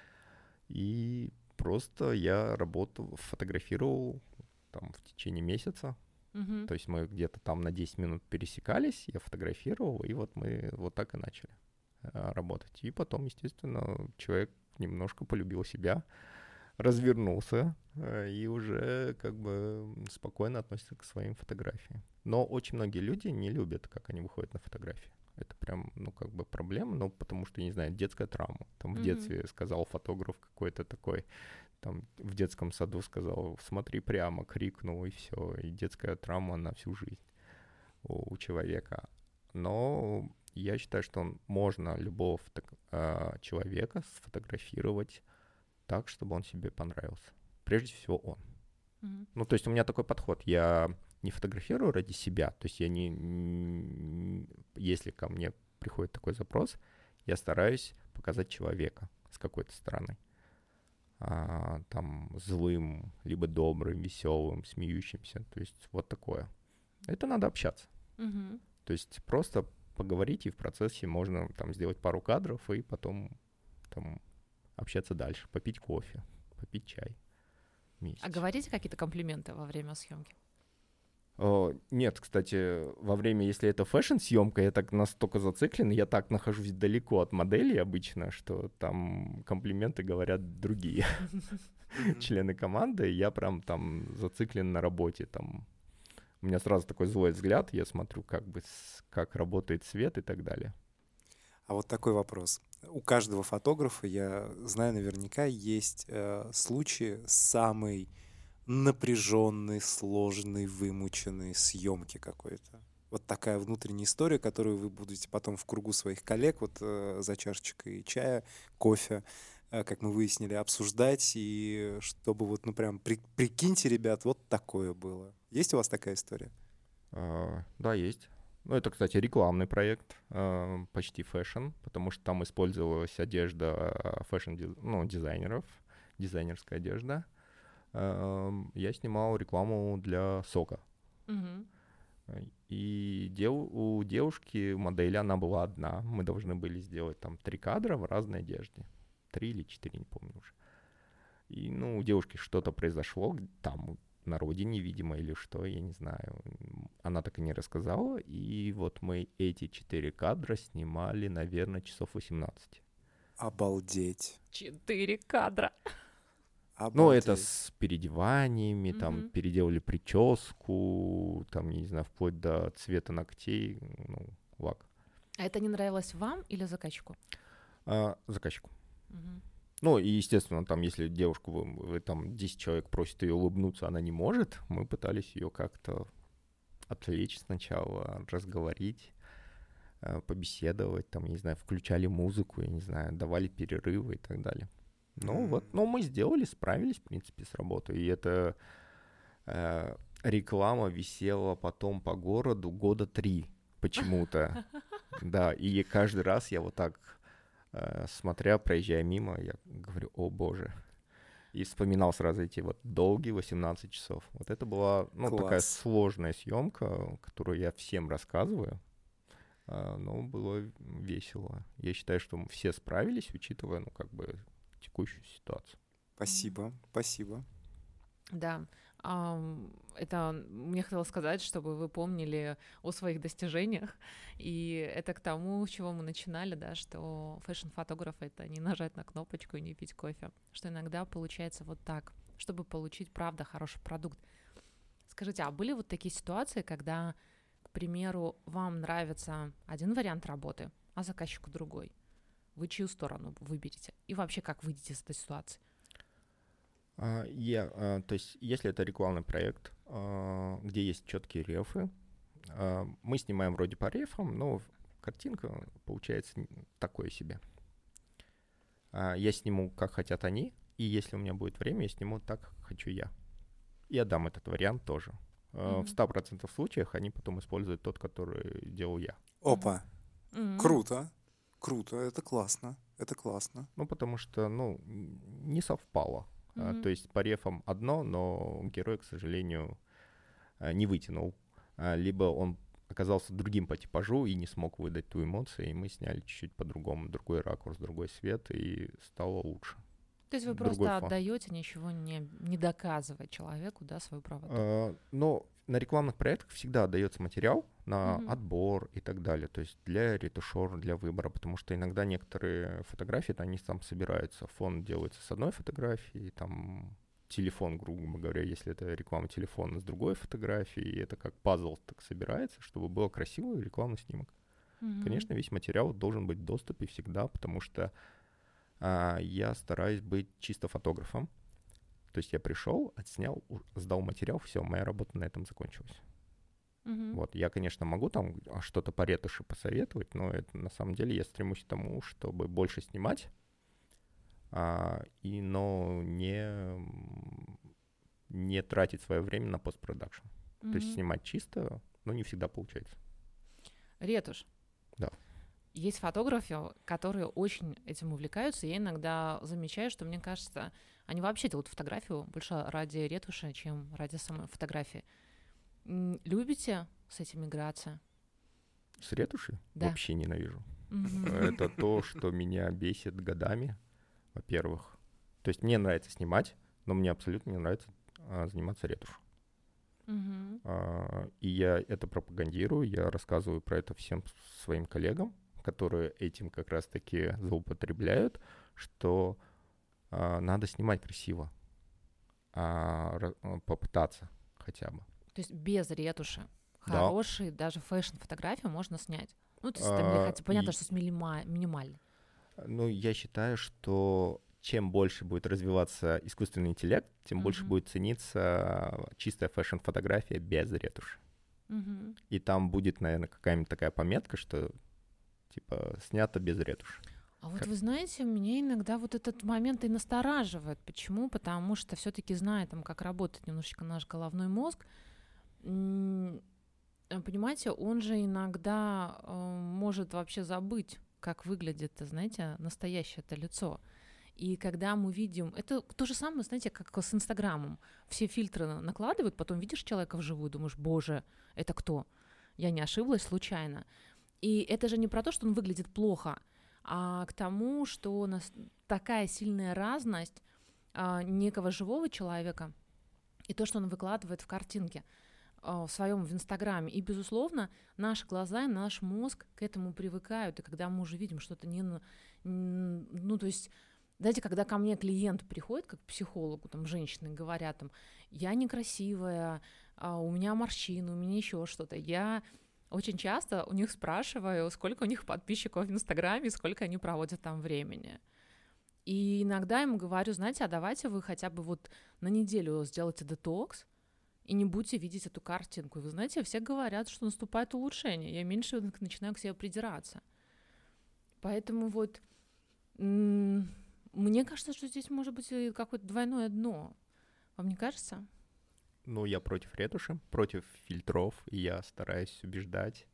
И просто я работал, фотографировал там в течение месяца. Мгм. То есть мы где-то там на десять минут пересекались, я фотографировал, и вот мы вот так и начали а, работать. И потом, естественно, человек немножко полюбил себя, развернулся э, и уже как бы спокойно относится к своим фотографиям. Но очень многие люди не любят, как они выходят на фотографии. Это прям, ну, как бы проблема, ну, потому что, не знаю, детская травма. Там в Мгм. детстве сказал фотограф какой-то такой, там в детском саду сказал, смотри прямо, крикнул, и все. И детская травма на всю жизнь у, у человека. Но я считаю, что можно любого фото- а, человека сфотографировать так, чтобы он себе понравился. Прежде всего он. Мгм. Ну, то есть у меня такой подход. Я не фотографирую ради себя. То есть я не... н- Если ко мне приходит такой запрос, я стараюсь показать человека с какой-то стороны. А, там злым, либо добрым, веселым, смеющимся. То есть вот такое. Это надо общаться. Мгм. То есть просто поговорить, и в процессе можно там сделать пару кадров, и потом там общаться дальше, попить кофе, попить чай вместе. А говорите какие-то комплименты во время съемки? О, нет, кстати, во время, если это фэшн-съемка, я так настолько зациклен, я так нахожусь далеко от модели обычно, что там комплименты говорят другие Мгм. члены команды, я прям там зациклен на работе, там у меня сразу такой злой взгляд, я смотрю, как бы, с- как работает свет и так далее. А вот такой вопрос. У каждого фотографа, я знаю наверняка, есть э, случаи самой напряженной, сложной, вымученной съемки какой-то. Вот такая внутренняя история, которую вы будете потом в кругу своих коллег, вот э, за чашечкой чая, кофе, э, как мы выяснили, обсуждать, и чтобы вот, ну прям, при- прикиньте, ребят, вот такое было. Есть у вас такая история? А, да, есть. Ну, это, кстати, рекламный проект, а, почти фэшн, потому что там использовалась одежда фэшн, ну, дизайнеров, дизайнерская одежда. Ам, Я снимал рекламу для сока. Мгм. Э, И дев- у девушки, модели, она была одна. Мы должны были сделать там три кадра в разной одежде. Три или четыре, не помню уже. И, ну, у девушки что-то произошло г- там на родине, видимо, или что, я не знаю. М, Она так и не рассказала. И вот мы эти четыре кадра снимали, наверное, часов восемнадцать. Обалдеть. Четыре кадра. Ну, это Обалдеть. с переодеваниями, там Мгм. переделали прическу, там, я не знаю, вплоть до цвета ногтей, ну, лак. А это не нравилось вам или заказчику? А, заказчику. Мгм. Ну, и, естественно, там, если девушку, вы, вы там десять человек просит ее улыбнуться, она не может, мы пытались ее как-то отвлечь сначала, разговорить, э, побеседовать, там, я не знаю, включали музыку, я не знаю, давали перерывы и так далее. Ну, М. вот, ну, мы сделали, справились, в принципе, с работой, и это э, реклама висела потом по городу года три почему-то, да, и каждый раз я вот так, э, смотря, проезжая мимо, я говорю, о боже, и вспоминал сразу эти вот долгие восемнадцать часов. Вот это была, ну, такая Класс. сложная съемка, которую я всем рассказываю, а, но было весело. Я считаю, что мы все справились, учитывая, ну, как бы, текущую ситуацию. Спасибо, спасибо. Да, ам, это мне хотелось сказать, чтобы вы помнили о своих достижениях, и это к тому, с чего мы начинали, да, что фэшн-фотограф — это не нажать на кнопочку и не пить кофе, что иногда получается вот так, чтобы получить, правда, хороший продукт. Скажите, а были вот такие ситуации, когда, к примеру, вам нравится один вариант работы, а заказчику другой? Вы чью сторону выберете? И вообще, как выйдете из этой ситуации? А, Я, а, то есть, если это рекламный проект, а, где есть четкие рефы, а, мы снимаем вроде по рефам, но картинка получается н- такое себе. А, Я сниму, как хотят они, и если у меня будет время, я сниму так, как хочу я. И отдам этот вариант тоже. А, В Мгм. ста процентах случаях они потом используют тот, который делал я. Опа, Мгм. круто, круто, это классно. Это классно. Ну, потому что, ну, не совпало. Мгм. А, то есть по рефам одно, но герой, к сожалению, а, не вытянул. А, либо он оказался другим по типажу и не смог выдать ту эмоцию, и мы сняли чуть-чуть по-другому, другой ракурс, другой свет, и стало лучше. То есть вы Другой просто фон. отдаете, ничего не, не доказывая человеку, да, свою правоту. А, Но на рекламных проектах всегда отдается материал на Мгм. отбор и так далее, то есть для ретушера, для выбора, потому что иногда некоторые фотографии, они там собираются, фон делается с одной фотографии, там телефон, грубо говоря, если это реклама телефона, с другой фотографией, и это как пазл так собирается, чтобы был красивый рекламный снимок. Мгм. Конечно, весь материал должен быть в доступе всегда, потому что а, я стараюсь быть чисто фотографом. То есть я пришел, отснял, у- сдал материал, все, моя работа на этом закончилась. Мгм. Вот, я, конечно, могу там а, что-то по ретуши посоветовать, но это, на самом деле я стремусь к тому, чтобы больше снимать, а, и, но не, м, не тратить свое время на постпродакшн. То есть Мгм. снимать чисто, но не всегда получается. Ретушь. Да. Есть фотографы, которые очень этим увлекаются. Я иногда замечаю, что, мне кажется, они вообще делают фотографию больше ради ретуши, чем ради самой фотографии. М, Любите с этим играться? С ретуши Да. вообще ненавижу. Мгм. Это то, что меня бесит годами, во-первых. То есть мне нравится снимать, но мне абсолютно не нравится а, заниматься ретушью. Мгм. А, И я это пропагандирую, я рассказываю про это всем с- своим коллегам, которые этим как раз-таки злоупотребляют, что а, надо снимать красиво, а, ра- а, попытаться хотя бы. То есть без ретуши Да. хорошие даже фэшн-фотографии можно снять. Ну, то есть там, или А, хотя понятно, и- что с минима- минимально. Ну, я считаю, что чем больше будет развиваться искусственный интеллект, тем больше Мгм. будет цениться чистая фэшн-фотография без ретуши. Мгм. И там будет, наверное, какая-нибудь такая пометка, что типа снято без ретуши. А вот Как- вы знаете, меня иногда вот этот момент и настораживает. Почему? Потому что все-таки зная, там, как работает немножечко наш головной мозг, м, э, понимаете, он же иногда э, может вообще забыть, как выглядит, знаете, настоящее это лицо. И когда мы видим, это то же самое, знаете, как с Инстаграмом. Все фильтры на- накладывают, потом видишь человека вживую, думаешь, боже, это кто? Я не ошиблась случайно. И это же не про то, что он выглядит плохо, а к тому, что у нас такая сильная разность а, некого живого человека и то, что он выкладывает в картинке а, в своем в Инстаграме. И, безусловно, наши глаза и наш мозг к этому привыкают. И когда мы уже видим что-то не... на- н- Ну, то есть, знаете, когда ко мне клиент приходит, как к психологу, там, женщины говорят, там, я некрасивая, а, у меня морщины, у меня еще что-то, я очень часто у них спрашиваю, сколько у них подписчиков в Инстаграме, сколько они проводят там времени. И иногда ему говорю, знаете, а давайте вы хотя бы вот на неделю сделайте детокс и не будете видеть эту картинку. И вы знаете, все говорят, что наступает улучшение. Я меньше начинаю к себе придираться. Поэтому вот м, мне кажется, что здесь может быть и какое-то двойное дно. Вам не кажется? Ну, я против ретуши, против фильтров, и я стараюсь убеждать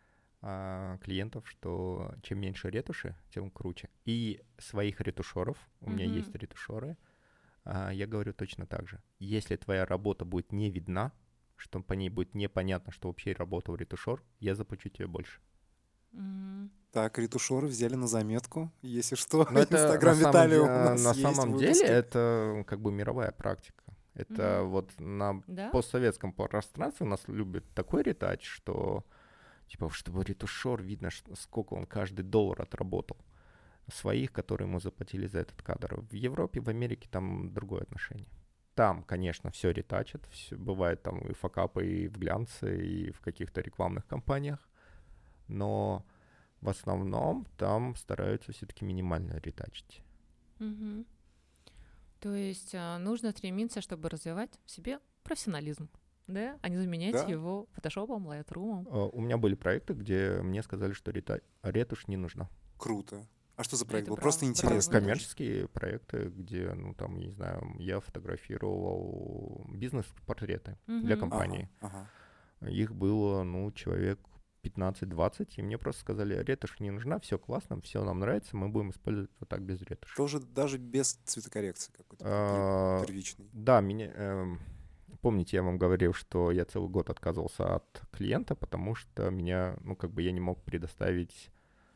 а, клиентов, что чем меньше ретуши, тем круче. И своих ретушеров, у меня Мгм. есть ретушеры, а, я говорю точно так же. Если твоя работа будет не видна, что по ней будет непонятно, что вообще работал ретушер, я заплачу тебе больше. Мгм. Так, ретушеры взяли на заметку. Если что, Но это на Инстаграм самом, Виталия де- у нас на есть самом в деле выпуске. это как бы мировая практика. Это Мгм. вот на Да? постсоветском пространстве у нас любят такой ретач, что типа, чтобы ретушер, видно, ш- сколько он каждый доллар отработал своих, которые ему заплатили за этот кадр. В Европе, в Америке там другое отношение. Там, конечно, все ретачат, всё, бывает там и факапы и в глянце, и в каких-то рекламных кампаниях, но в основном там стараются все-таки минимально ретачить. Мгм. То есть а, нужно стремиться, чтобы развивать в себе профессионализм, да, а не заменять Да. его фотошопом, лайтрумом. Э, У меня были проекты, где мне сказали, что рета- ретушь не нужна. Круто. А что за проект Это был? Просто браво, браво, интересно. да. Коммерческие проекты, где, ну, там, не знаю, я фотографировал бизнес-портреты для Мгм. компании. Ага, ага. Их было, ну, человек пятнадцать-двадцать, и мне просто сказали, ретушь не нужна, все классно, все нам нравится, мы будем использовать вот так без ретуши. Тоже даже без цветокоррекции какой-то А, первичной. Да, меня, эм, помните, я вам говорил, что я целый год отказывался от клиента, потому что меня, ну, как бы я не мог предоставить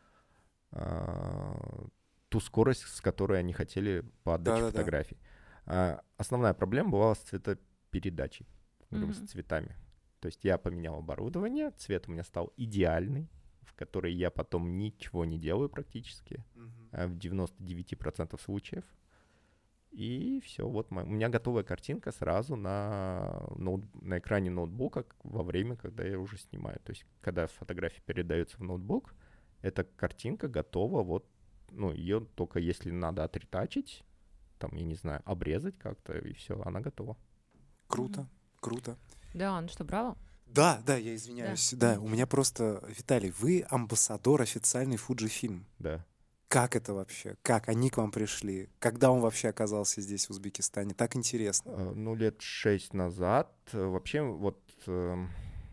а, ту скорость, с которой они хотели по отдаче Да-да-да. фотографий. А, основная проблема была с цветопередачей, говорю, Мгм. с цветами. То есть я поменял оборудование, цвет у меня стал идеальный, в который я потом ничего не делаю практически, Мгм. а, в девяносто девять процентов случаев. И все, вот мо- у меня готовая картинка сразу на, ноут- на экране ноутбука к- во время, когда я уже снимаю. То есть, когда фотография передается в ноутбук, эта картинка готова, вот, ну, ее только если надо отретачить, там, я не знаю, обрезать как-то, и все, она готова. Круто, Мгм. круто. Да, ну что, браво. Да, да, я извиняюсь. Да, у меня просто, Виталий, вы амбассадор официальный Fujifilm. Да. Как это вообще? Как они к вам пришли? Когда он вообще оказался здесь, в Узбекистане? Так интересно. Э, Ну, лет шесть назад э, вообще вот эм,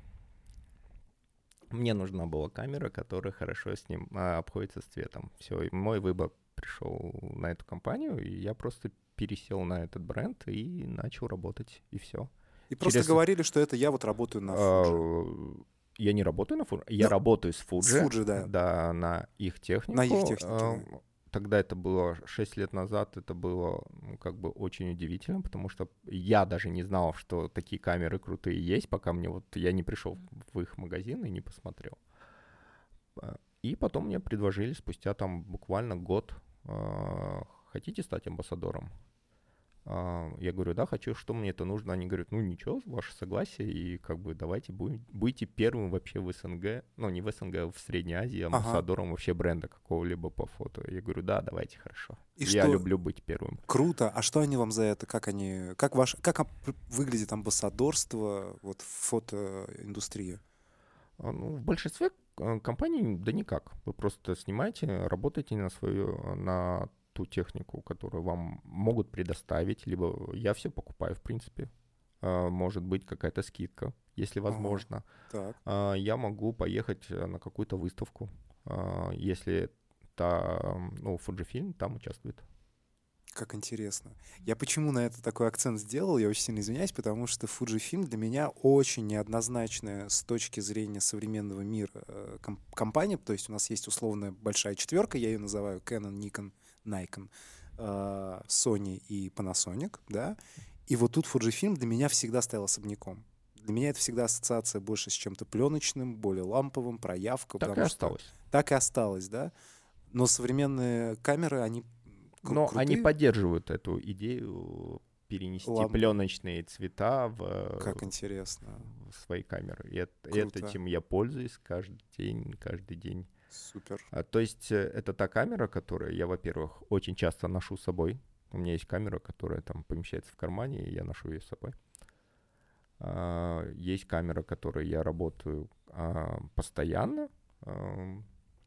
мне нужна была камера, которая хорошо с ним а, обходится с цветом. Все, и мой выбор пришел на эту компанию, и я просто пересел на этот бренд и начал работать, и все. И просто Через- говорили, что это я вот работаю на Fuji. Я не работаю на Fuji, я Ну, работаю с Fuji, с Fuji, да. да, на их технику. На их технике, Э, да. Тогда это было шесть лет назад, это было ну, как бы очень удивительно, потому что я даже не знал, что такие камеры крутые есть, пока мне вот я не пришел в их магазин и не посмотрел. А, И потом мне предложили спустя там буквально год, а, хотите стать амбассадором? А, Я говорю, да, хочу, что мне это нужно? Они говорят, ну ничего, ваше согласие, и как бы давайте будем, будете первым вообще в СНГ, ну не в СНГ, а в Средней Азии Ага. амбассадором вообще бренда какого-либо по фото. Я говорю, да, давайте, хорошо. И Я что- люблю быть первым. Круто. А что они вам за это? Как они, как ваш, как ам- выглядит амбассадорство вот в фотоиндустрии? А, Ну, в большинстве э, компаний, да никак. Вы просто снимаете, работаете на свою, на ту технику, которую вам могут предоставить, либо я все покупаю, в принципе. А, Может быть какая-то скидка, если Ага. возможно. Так. А, Я могу поехать э, на какую-то выставку, а, если та, м, ну, Fujifilm там участвует. Как интересно. Я почему на это такой акцент сделал, я очень сильно извиняюсь, потому что Fujifilm для меня очень неоднозначная с точки зрения современного мира э, ком- компания. То есть у нас есть условная большая четверка, я ее называю Canon, Nikon, Nikon, э, Sony и Panasonic, да. И вот тут Fujifilm для меня всегда стоял особняком. Для меня это всегда ассоциация больше с чем-то пленочным, более ламповым, проявка. Так и потому что- осталось. Так и осталось, да. Но современные камеры, они кру- Но крутые. они поддерживают эту идею перенести Лампы. пленочные цвета в, э, Как интересно. в свои камеры. И это, Круто. этим я пользуюсь каждый день, каждый день. Супер. А, то есть э, это та камера, которую я, во-первых, очень часто ношу с собой. У меня есть камера, которая там помещается в кармане, и я ношу ее с собой. А, есть камера, которой я работаю а, постоянно ам,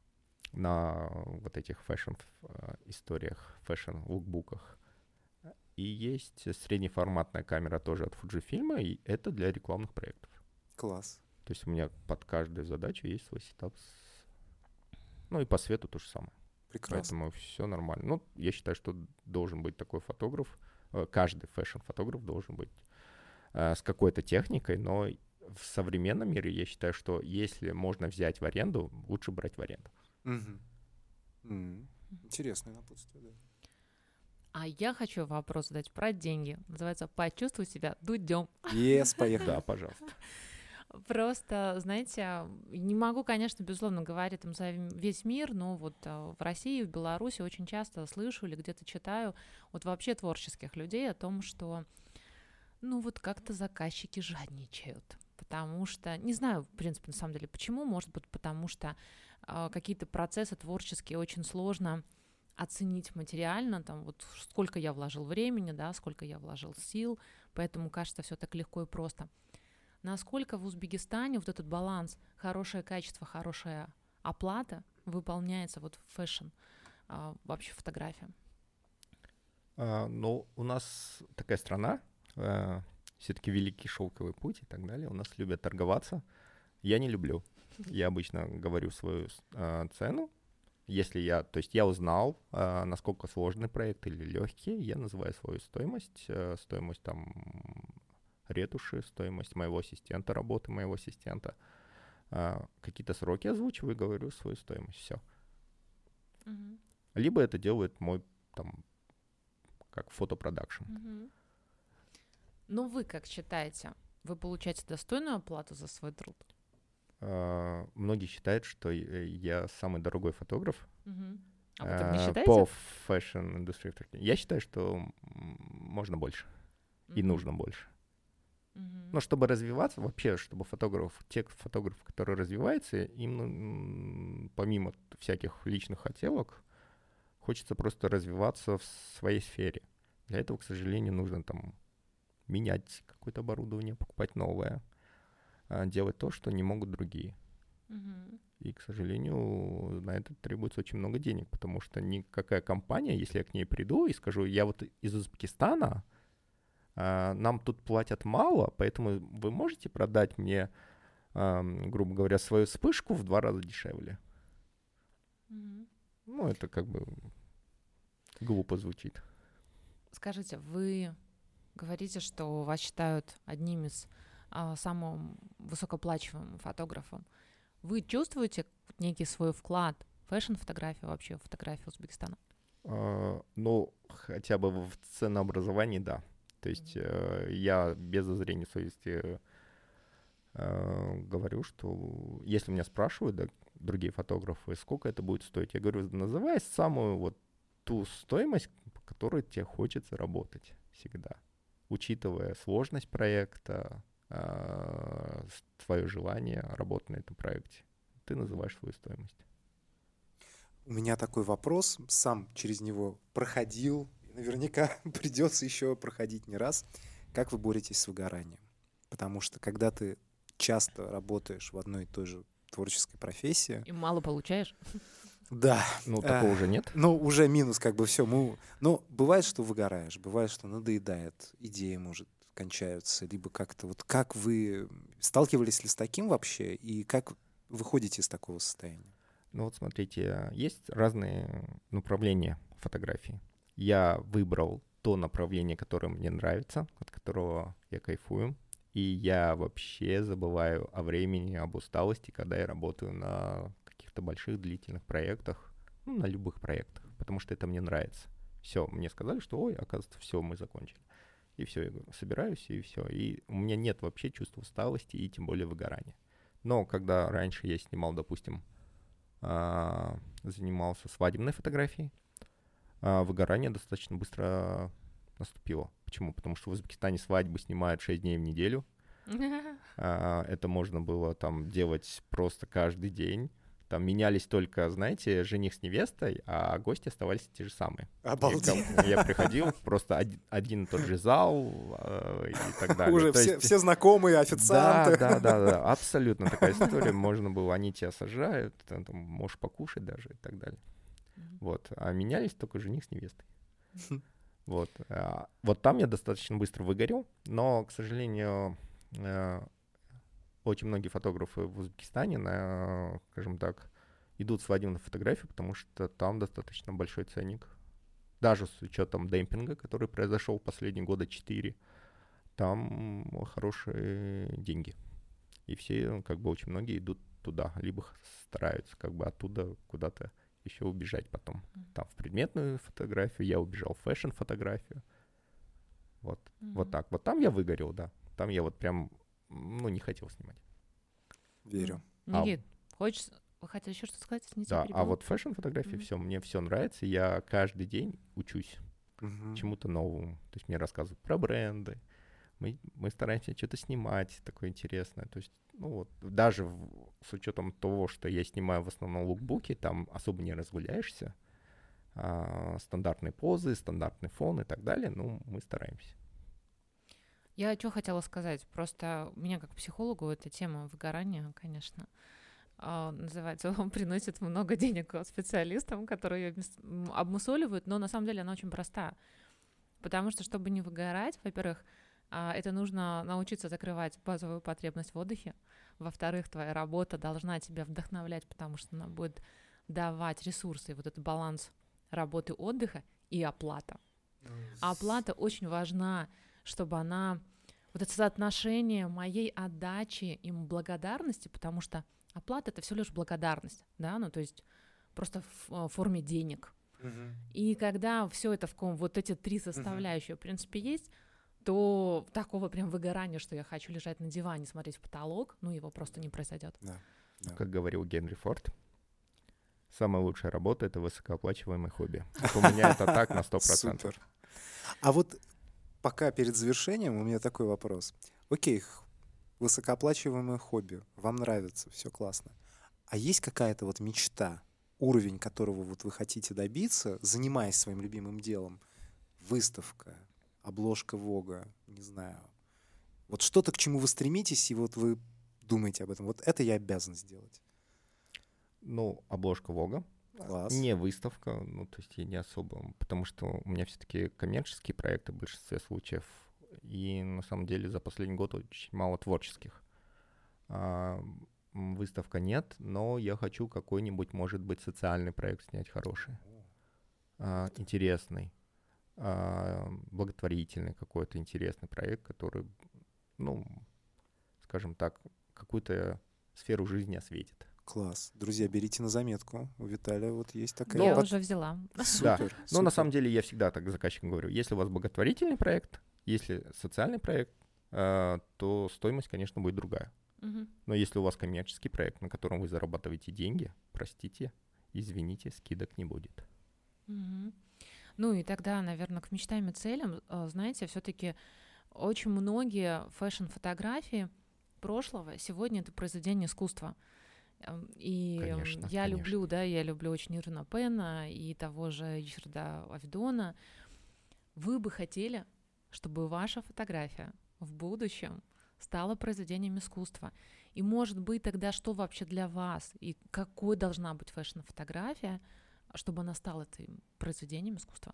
на вот этих фэшн-историях, фэшн-лукбуках. И есть среднеформатная камера тоже от Fujifilm, и это для рекламных проектов. Класс. То есть у меня под каждую задачу есть свой сетап. с- Ну и по свету то же самое. Прекрасно. Поэтому все нормально. Ну, я считаю, что должен быть такой фотограф. э, Каждый фэшн-фотограф должен быть э, с какой-то техникой, но в современном мире я считаю, что если можно взять в аренду, лучше брать в аренду. Мгм. М. Интересное напутствие, да. А я хочу вопрос задать про деньги. Называется «Почувствуй себя дудем». Ес, поехали. Да, пожалуйста. Просто, знаете, не могу, конечно, безусловно, говорить там за весь мир, но вот а, в России, в Беларуси очень часто слышу или где-то читаю вот вообще творческих людей о том, что ну вот как-то заказчики жадничают. Потому что, не знаю, в принципе, на самом деле, почему. Может быть, потому что а, какие-то процессы творческие очень сложно оценить материально, там вот сколько я вложил времени, да, сколько я вложил сил, поэтому кажется все так легко и просто. Насколько в Узбекистане вот этот баланс, хорошее качество, хорошая оплата выполняется вот в фэшн, а, вообще фотография? А, Ну, у нас такая страна, все-таки великий шелковый путь и так далее. У нас любят торговаться. Я не люблю. Я обычно говорю свою э, цену. Если я, то есть я узнал, э, насколько сложный проект или легкий, я называю свою стоимость, э, стоимость там ретуши, стоимость моего ассистента, работы моего ассистента. Э, какие-то сроки озвучиваю и говорю свою стоимость. Все. Мгм. Либо это делает мой там как фотопродакшн. Мгм. Ну, вы как считаете? Вы получаете достойную оплату за свой труд? Э, Многие считают, что э, я самый дорогой фотограф Мгм. А вы так не э, считаете? по фэшн-индустрии. Я считаю, что м, можно больше и Мгм. нужно больше. Мгм. Но чтобы развиваться, вообще, чтобы фотограф, те фотографы, которые развиваются, им ну, м, помимо всяких личных хотелок, хочется просто развиваться в своей сфере. Для этого, к сожалению, нужно там менять какое-то оборудование, покупать новое, а, делать то, что не могут другие. Мгм. И, к сожалению, на это требуется очень много денег, потому что никакая компания, если я к ней приду и скажу, я вот из Узбекистана, а, нам тут платят мало, поэтому вы можете продать мне, ам, грубо говоря, свою вспышку в два раза дешевле. Мгм. Ну, это как бы глупо звучит. Скажите, вы говорите, что вас считают одним из а, самым высокооплачиваемым фотографом. Вы чувствуете некий свой вклад в фэшн-фотографию, вообще в фотографию Узбекистана? А, Ну, хотя бы в ценообразовании, да. То есть э, я без зазрения совести э, говорю, что если меня спрашивают, да, другие фотографы, сколько это будет стоить, я говорю, называй самую вот ту стоимость, по которой тебе хочется работать всегда, учитывая сложность проекта, э, с- твое желание работать на этом проекте. Ты называешь свою стоимость. У меня такой вопрос, сам через него проходил, и наверняка придется еще проходить не раз. Как вы боретесь с выгоранием? Потому что когда ты часто работаешь в одной и той же творческой профессии, И мало получаешь? да, Ну, э, такого уже нет. ну уже минус как бы все. Мы, но бывает, что выгораешь, бывает, что надоедает, идеи, может, кончаются, либо как-то вот как вы сталкивались ли с таким вообще и как выходите из такого состояния? Ну вот смотрите, есть разные направления фотографии. Я выбрал то направление, которое мне нравится, от которого я кайфую. И я вообще забываю о времени, об усталости, когда я работаю на каких-то больших длительных проектах, ну, на любых проектах, потому что это мне нравится. Все, мне сказали, что, ой, оказывается, все, мы закончили. И все, я говорю, собираюсь, и все. И у меня нет вообще чувства усталости и тем более выгорания. Но когда раньше я снимал, допустим, а, занимался свадебной фотографией, а, выгорание достаточно быстро наступило. Почему? Потому что в Узбекистане свадьбы снимают шесть дней в неделю. А, Это можно было там делать просто каждый день. Там менялись только, знаете, жених с невестой, а гости оставались те же самые. Обалдеть. И ко- Я приходил, просто один, один и тот же зал э, и так далее. Уже То все, есть- все знакомые, официанты. Да, да, да, да, абсолютно такая история. Можно было, они тебя сажают, ты там можешь покушать даже и так далее. Мгм. Вот. А менялись только жених с невестой. Вот. А, Вот там я достаточно быстро выгорел, но, к сожалению, э, очень многие фотографы в Узбекистане, на, скажем так, идут в свадебную фотографию, потому что там достаточно большой ценник. Даже с учетом демпинга, который произошел последние года четыре, там хорошие деньги. И все, ну, как бы очень многие идут туда, либо х- стараются как бы оттуда куда-то еще убежать потом. Мгм. Там в предметную фотографию, я убежал в фэшн-фотографию. Вот, вот Мгм. так. Вот там я выгорел, да. Там я вот прям, ну, не хотел снимать. Верю. А, Никит, хочешь... Вы хотели еще что-то сказать? Извините, Да, а перебила. вот фэшн-фотографии, Мгм. все, мне все нравится. Я каждый день учусь Мгм. чему-то новому. То есть мне рассказывают про бренды. Мы, мы стараемся что-то снимать такое интересное. То есть, ну вот, даже в- с учетом того, что я снимаю в основном лукбуки, там особо не разгуляешься. А, стандартные позы, стандартный фон и так далее. Ну, мы стараемся. Я что хотела сказать. Просто меня как психологу эта тема выгорания, конечно, а, называется, он приносит много денег специалистам, которые ее мис- м, обмусоливают, но на самом деле она очень проста. Потому что, чтобы не выгорать, во-первых, а, это нужно научиться закрывать базовую потребность в отдыхе. Во-вторых, твоя работа должна тебя вдохновлять, потому что она будет давать ресурсы, вот этот баланс работы, отдыха и оплата. А оплата очень важна, чтобы она... Вот это соотношение моей отдачи и благодарности, потому что оплата — это всего лишь благодарность, да, ну то есть просто в форме денег. Uh-huh. И когда все это в ком, вот эти три составляющие, uh-huh. в принципе, есть, то такого прям выгорания, что я хочу лежать на диване, смотреть в потолок, ну его просто не произойдет. Да, да. Как говорил Генри Форд, самая лучшая работа — это высокооплачиваемое хобби. Вот у меня это так на сто процентов. Супер. А вот пока перед завершением у меня такой вопрос. Окей, высокооплачиваемое хобби, вам нравится, все классно. А есть какая-то вот мечта, уровень которого вот вы хотите добиться, занимаясь своим любимым делом? Выставка, обложка Вога, не знаю. Вот что-то, к чему вы стремитесь, и вот вы думаете об этом. Вот это я обязан сделать. Ну, обложка Вога. Класс. Не выставка, ну, то есть я не особо, потому что у меня все-таки коммерческие проекты в большинстве случаев, и на самом деле за последний год очень мало творческих. А, выставка нет, но я хочу какой-нибудь, может быть, социальный проект снять хороший, а, интересный, а, благотворительный какой-то интересный проект, который, ну, скажем так, какую-то сферу жизни осветит. Класс. Друзья, берите на заметку. У Виталия вот есть такая... Я вот... уже взяла. Супер, да. Но супер. На самом деле я всегда так заказчикам говорю. Если у вас благотворительный проект, если социальный проект, э, то стоимость, конечно, будет другая. Угу. Но если у вас коммерческий проект, на котором вы зарабатываете деньги, простите, извините, скидок не будет. Угу. Ну и тогда, наверное, к мечтам и целям, знаете, все-таки очень многие фэшн-фотографии прошлого сегодня это произведение искусства. И конечно, я конечно. люблю, да, я люблю очень Ирвина Пена и того же Ричарда Авидона. Вы бы хотели, чтобы ваша фотография в будущем стала произведением искусства? И, может быть, тогда что вообще для вас? И какой должна быть фэшн-фотография, чтобы она стала этим произведением искусства?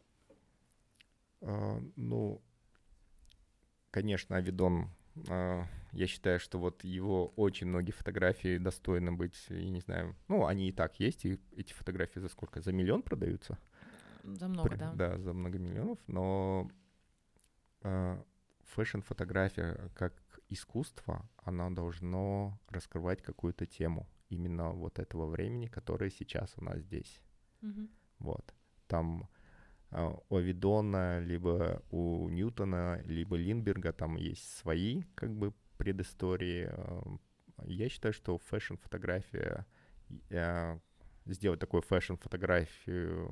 А, ну, конечно, Авидон... Я считаю, что вот его очень многие фотографии достойны быть, я не знаю, ну, они и так есть, и эти фотографии за сколько? За миллион продаются? За много, При, да. Да, за много миллионов, но э, фэшн-фотография как искусство, она должна раскрывать какую-то тему именно вот этого времени, которое сейчас у нас здесь. Mm-hmm. Вот. Там у Авидона, либо у Ньютона, либо Линдберга там есть свои как бы предыстории. Я считаю, что фэшн-фотография, сделать такую фэшн-фотографию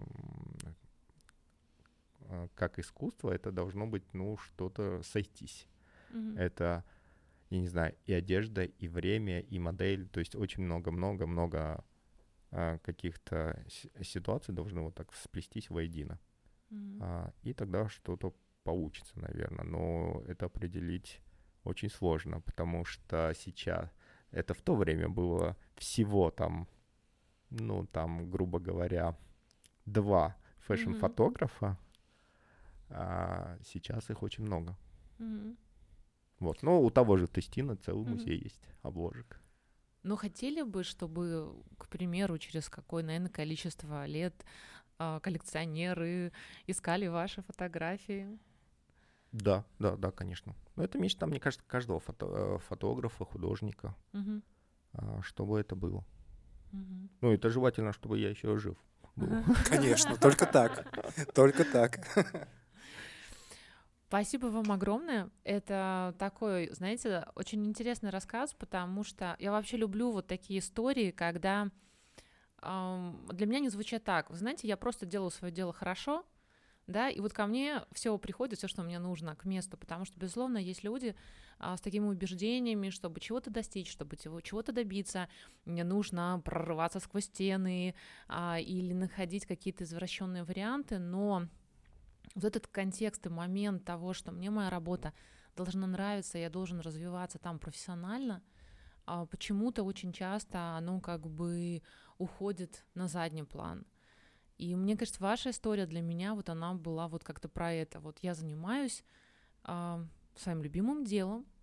как искусство, это должно быть, ну, что-то сойтись. Mm-hmm. Это, я не знаю, и одежда, и время, и модель, то есть очень много-много-много каких-то ситуаций должны вот так сплестись воедино. Mm-hmm. А, и тогда что-то получится, наверное. Но это определить очень сложно, потому что сейчас это в то время было всего там, ну, там, грубо говоря, два фэшн-фотографа, mm-hmm. а сейчас их очень много. Mm-hmm. Вот. Но у того же Тестина целый mm-hmm. музей есть обложек. Но хотели бы, чтобы, к примеру, через какое, наверное, количество лет коллекционеры искали ваши фотографии? Да, да, да, конечно. Но это мечта, мне кажется, каждого фото- фотографа, художника, угу. чтобы это было. Угу. Ну, это желательно, чтобы я еще жив был. Угу. Конечно, только так. Только так. Спасибо вам огромное. Это такой, знаете, очень интересный рассказ, потому что я вообще люблю вот такие истории, когда для меня они звучат так. Вы знаете, я просто делаю свое дело хорошо, да, и вот ко мне все приходит, все, что мне нужно, к месту, потому что, безусловно, есть люди а, с такими убеждениями, чтобы чего-то достичь, чтобы чего-то добиться, мне нужно прорываться сквозь стены а, или находить какие-то извращенные варианты, но вот этот контекст и момент того, что мне моя работа должна нравиться, я должен развиваться там профессионально, а, почему-то очень часто оно как бы уходит на задний план. И мне кажется, ваша история для меня, вот она была вот как-то про это. Вот я занимаюсь э, своим любимым делом,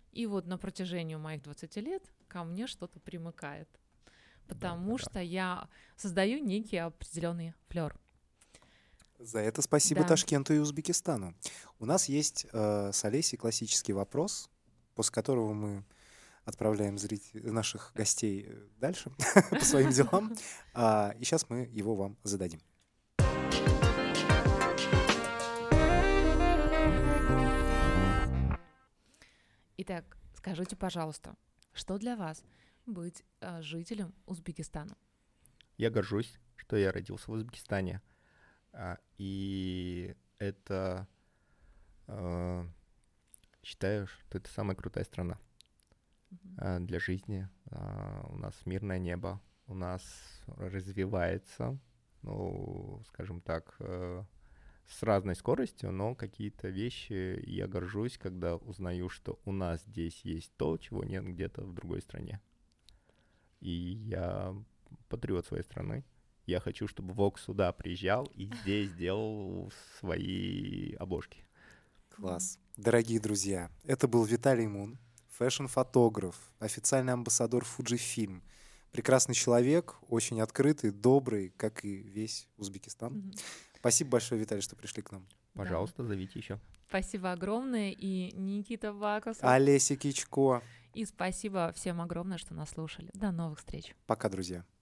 И вот на протяжении моих двадцати лет ко мне что-то примыкает, потому Да, да, что да. я создаю некий определенный флер. За это спасибо Да. Ташкенту и Узбекистану. У нас есть э, с Олесей классический вопрос, после которого мы отправляем зрителей, наших гостей э, дальше по своим делам. А, и сейчас мы его вам зададим. Итак, скажите, пожалуйста, что для вас быть э, жителем Узбекистана? Я горжусь, что я родился в Узбекистане. А, И это э, считаю, что это самая крутая страна Мгм. а, для жизни. А, У нас мирное небо, у нас развивается, ну, скажем так, э, с разной скоростью, но какие-то вещи я горжусь, когда узнаю, что у нас здесь есть то, чего нет где-то в другой стране. И я патриот своей страны. Я хочу, чтобы Vox сюда приезжал и здесь делал свои обложки. Класс. Дорогие друзья, это был Виталий Мун, фэшн-фотограф, официальный амбассадор Fujifilm. Прекрасный человек, очень открытый, добрый, как и весь Узбекистан. Мгм. Спасибо большое, Виталий, что пришли к нам. Да. Пожалуйста, зовите еще. Спасибо огромное, и Никита Бакасов. Олеся Кичко. И спасибо всем огромное, что нас слушали. До новых встреч. Пока, друзья.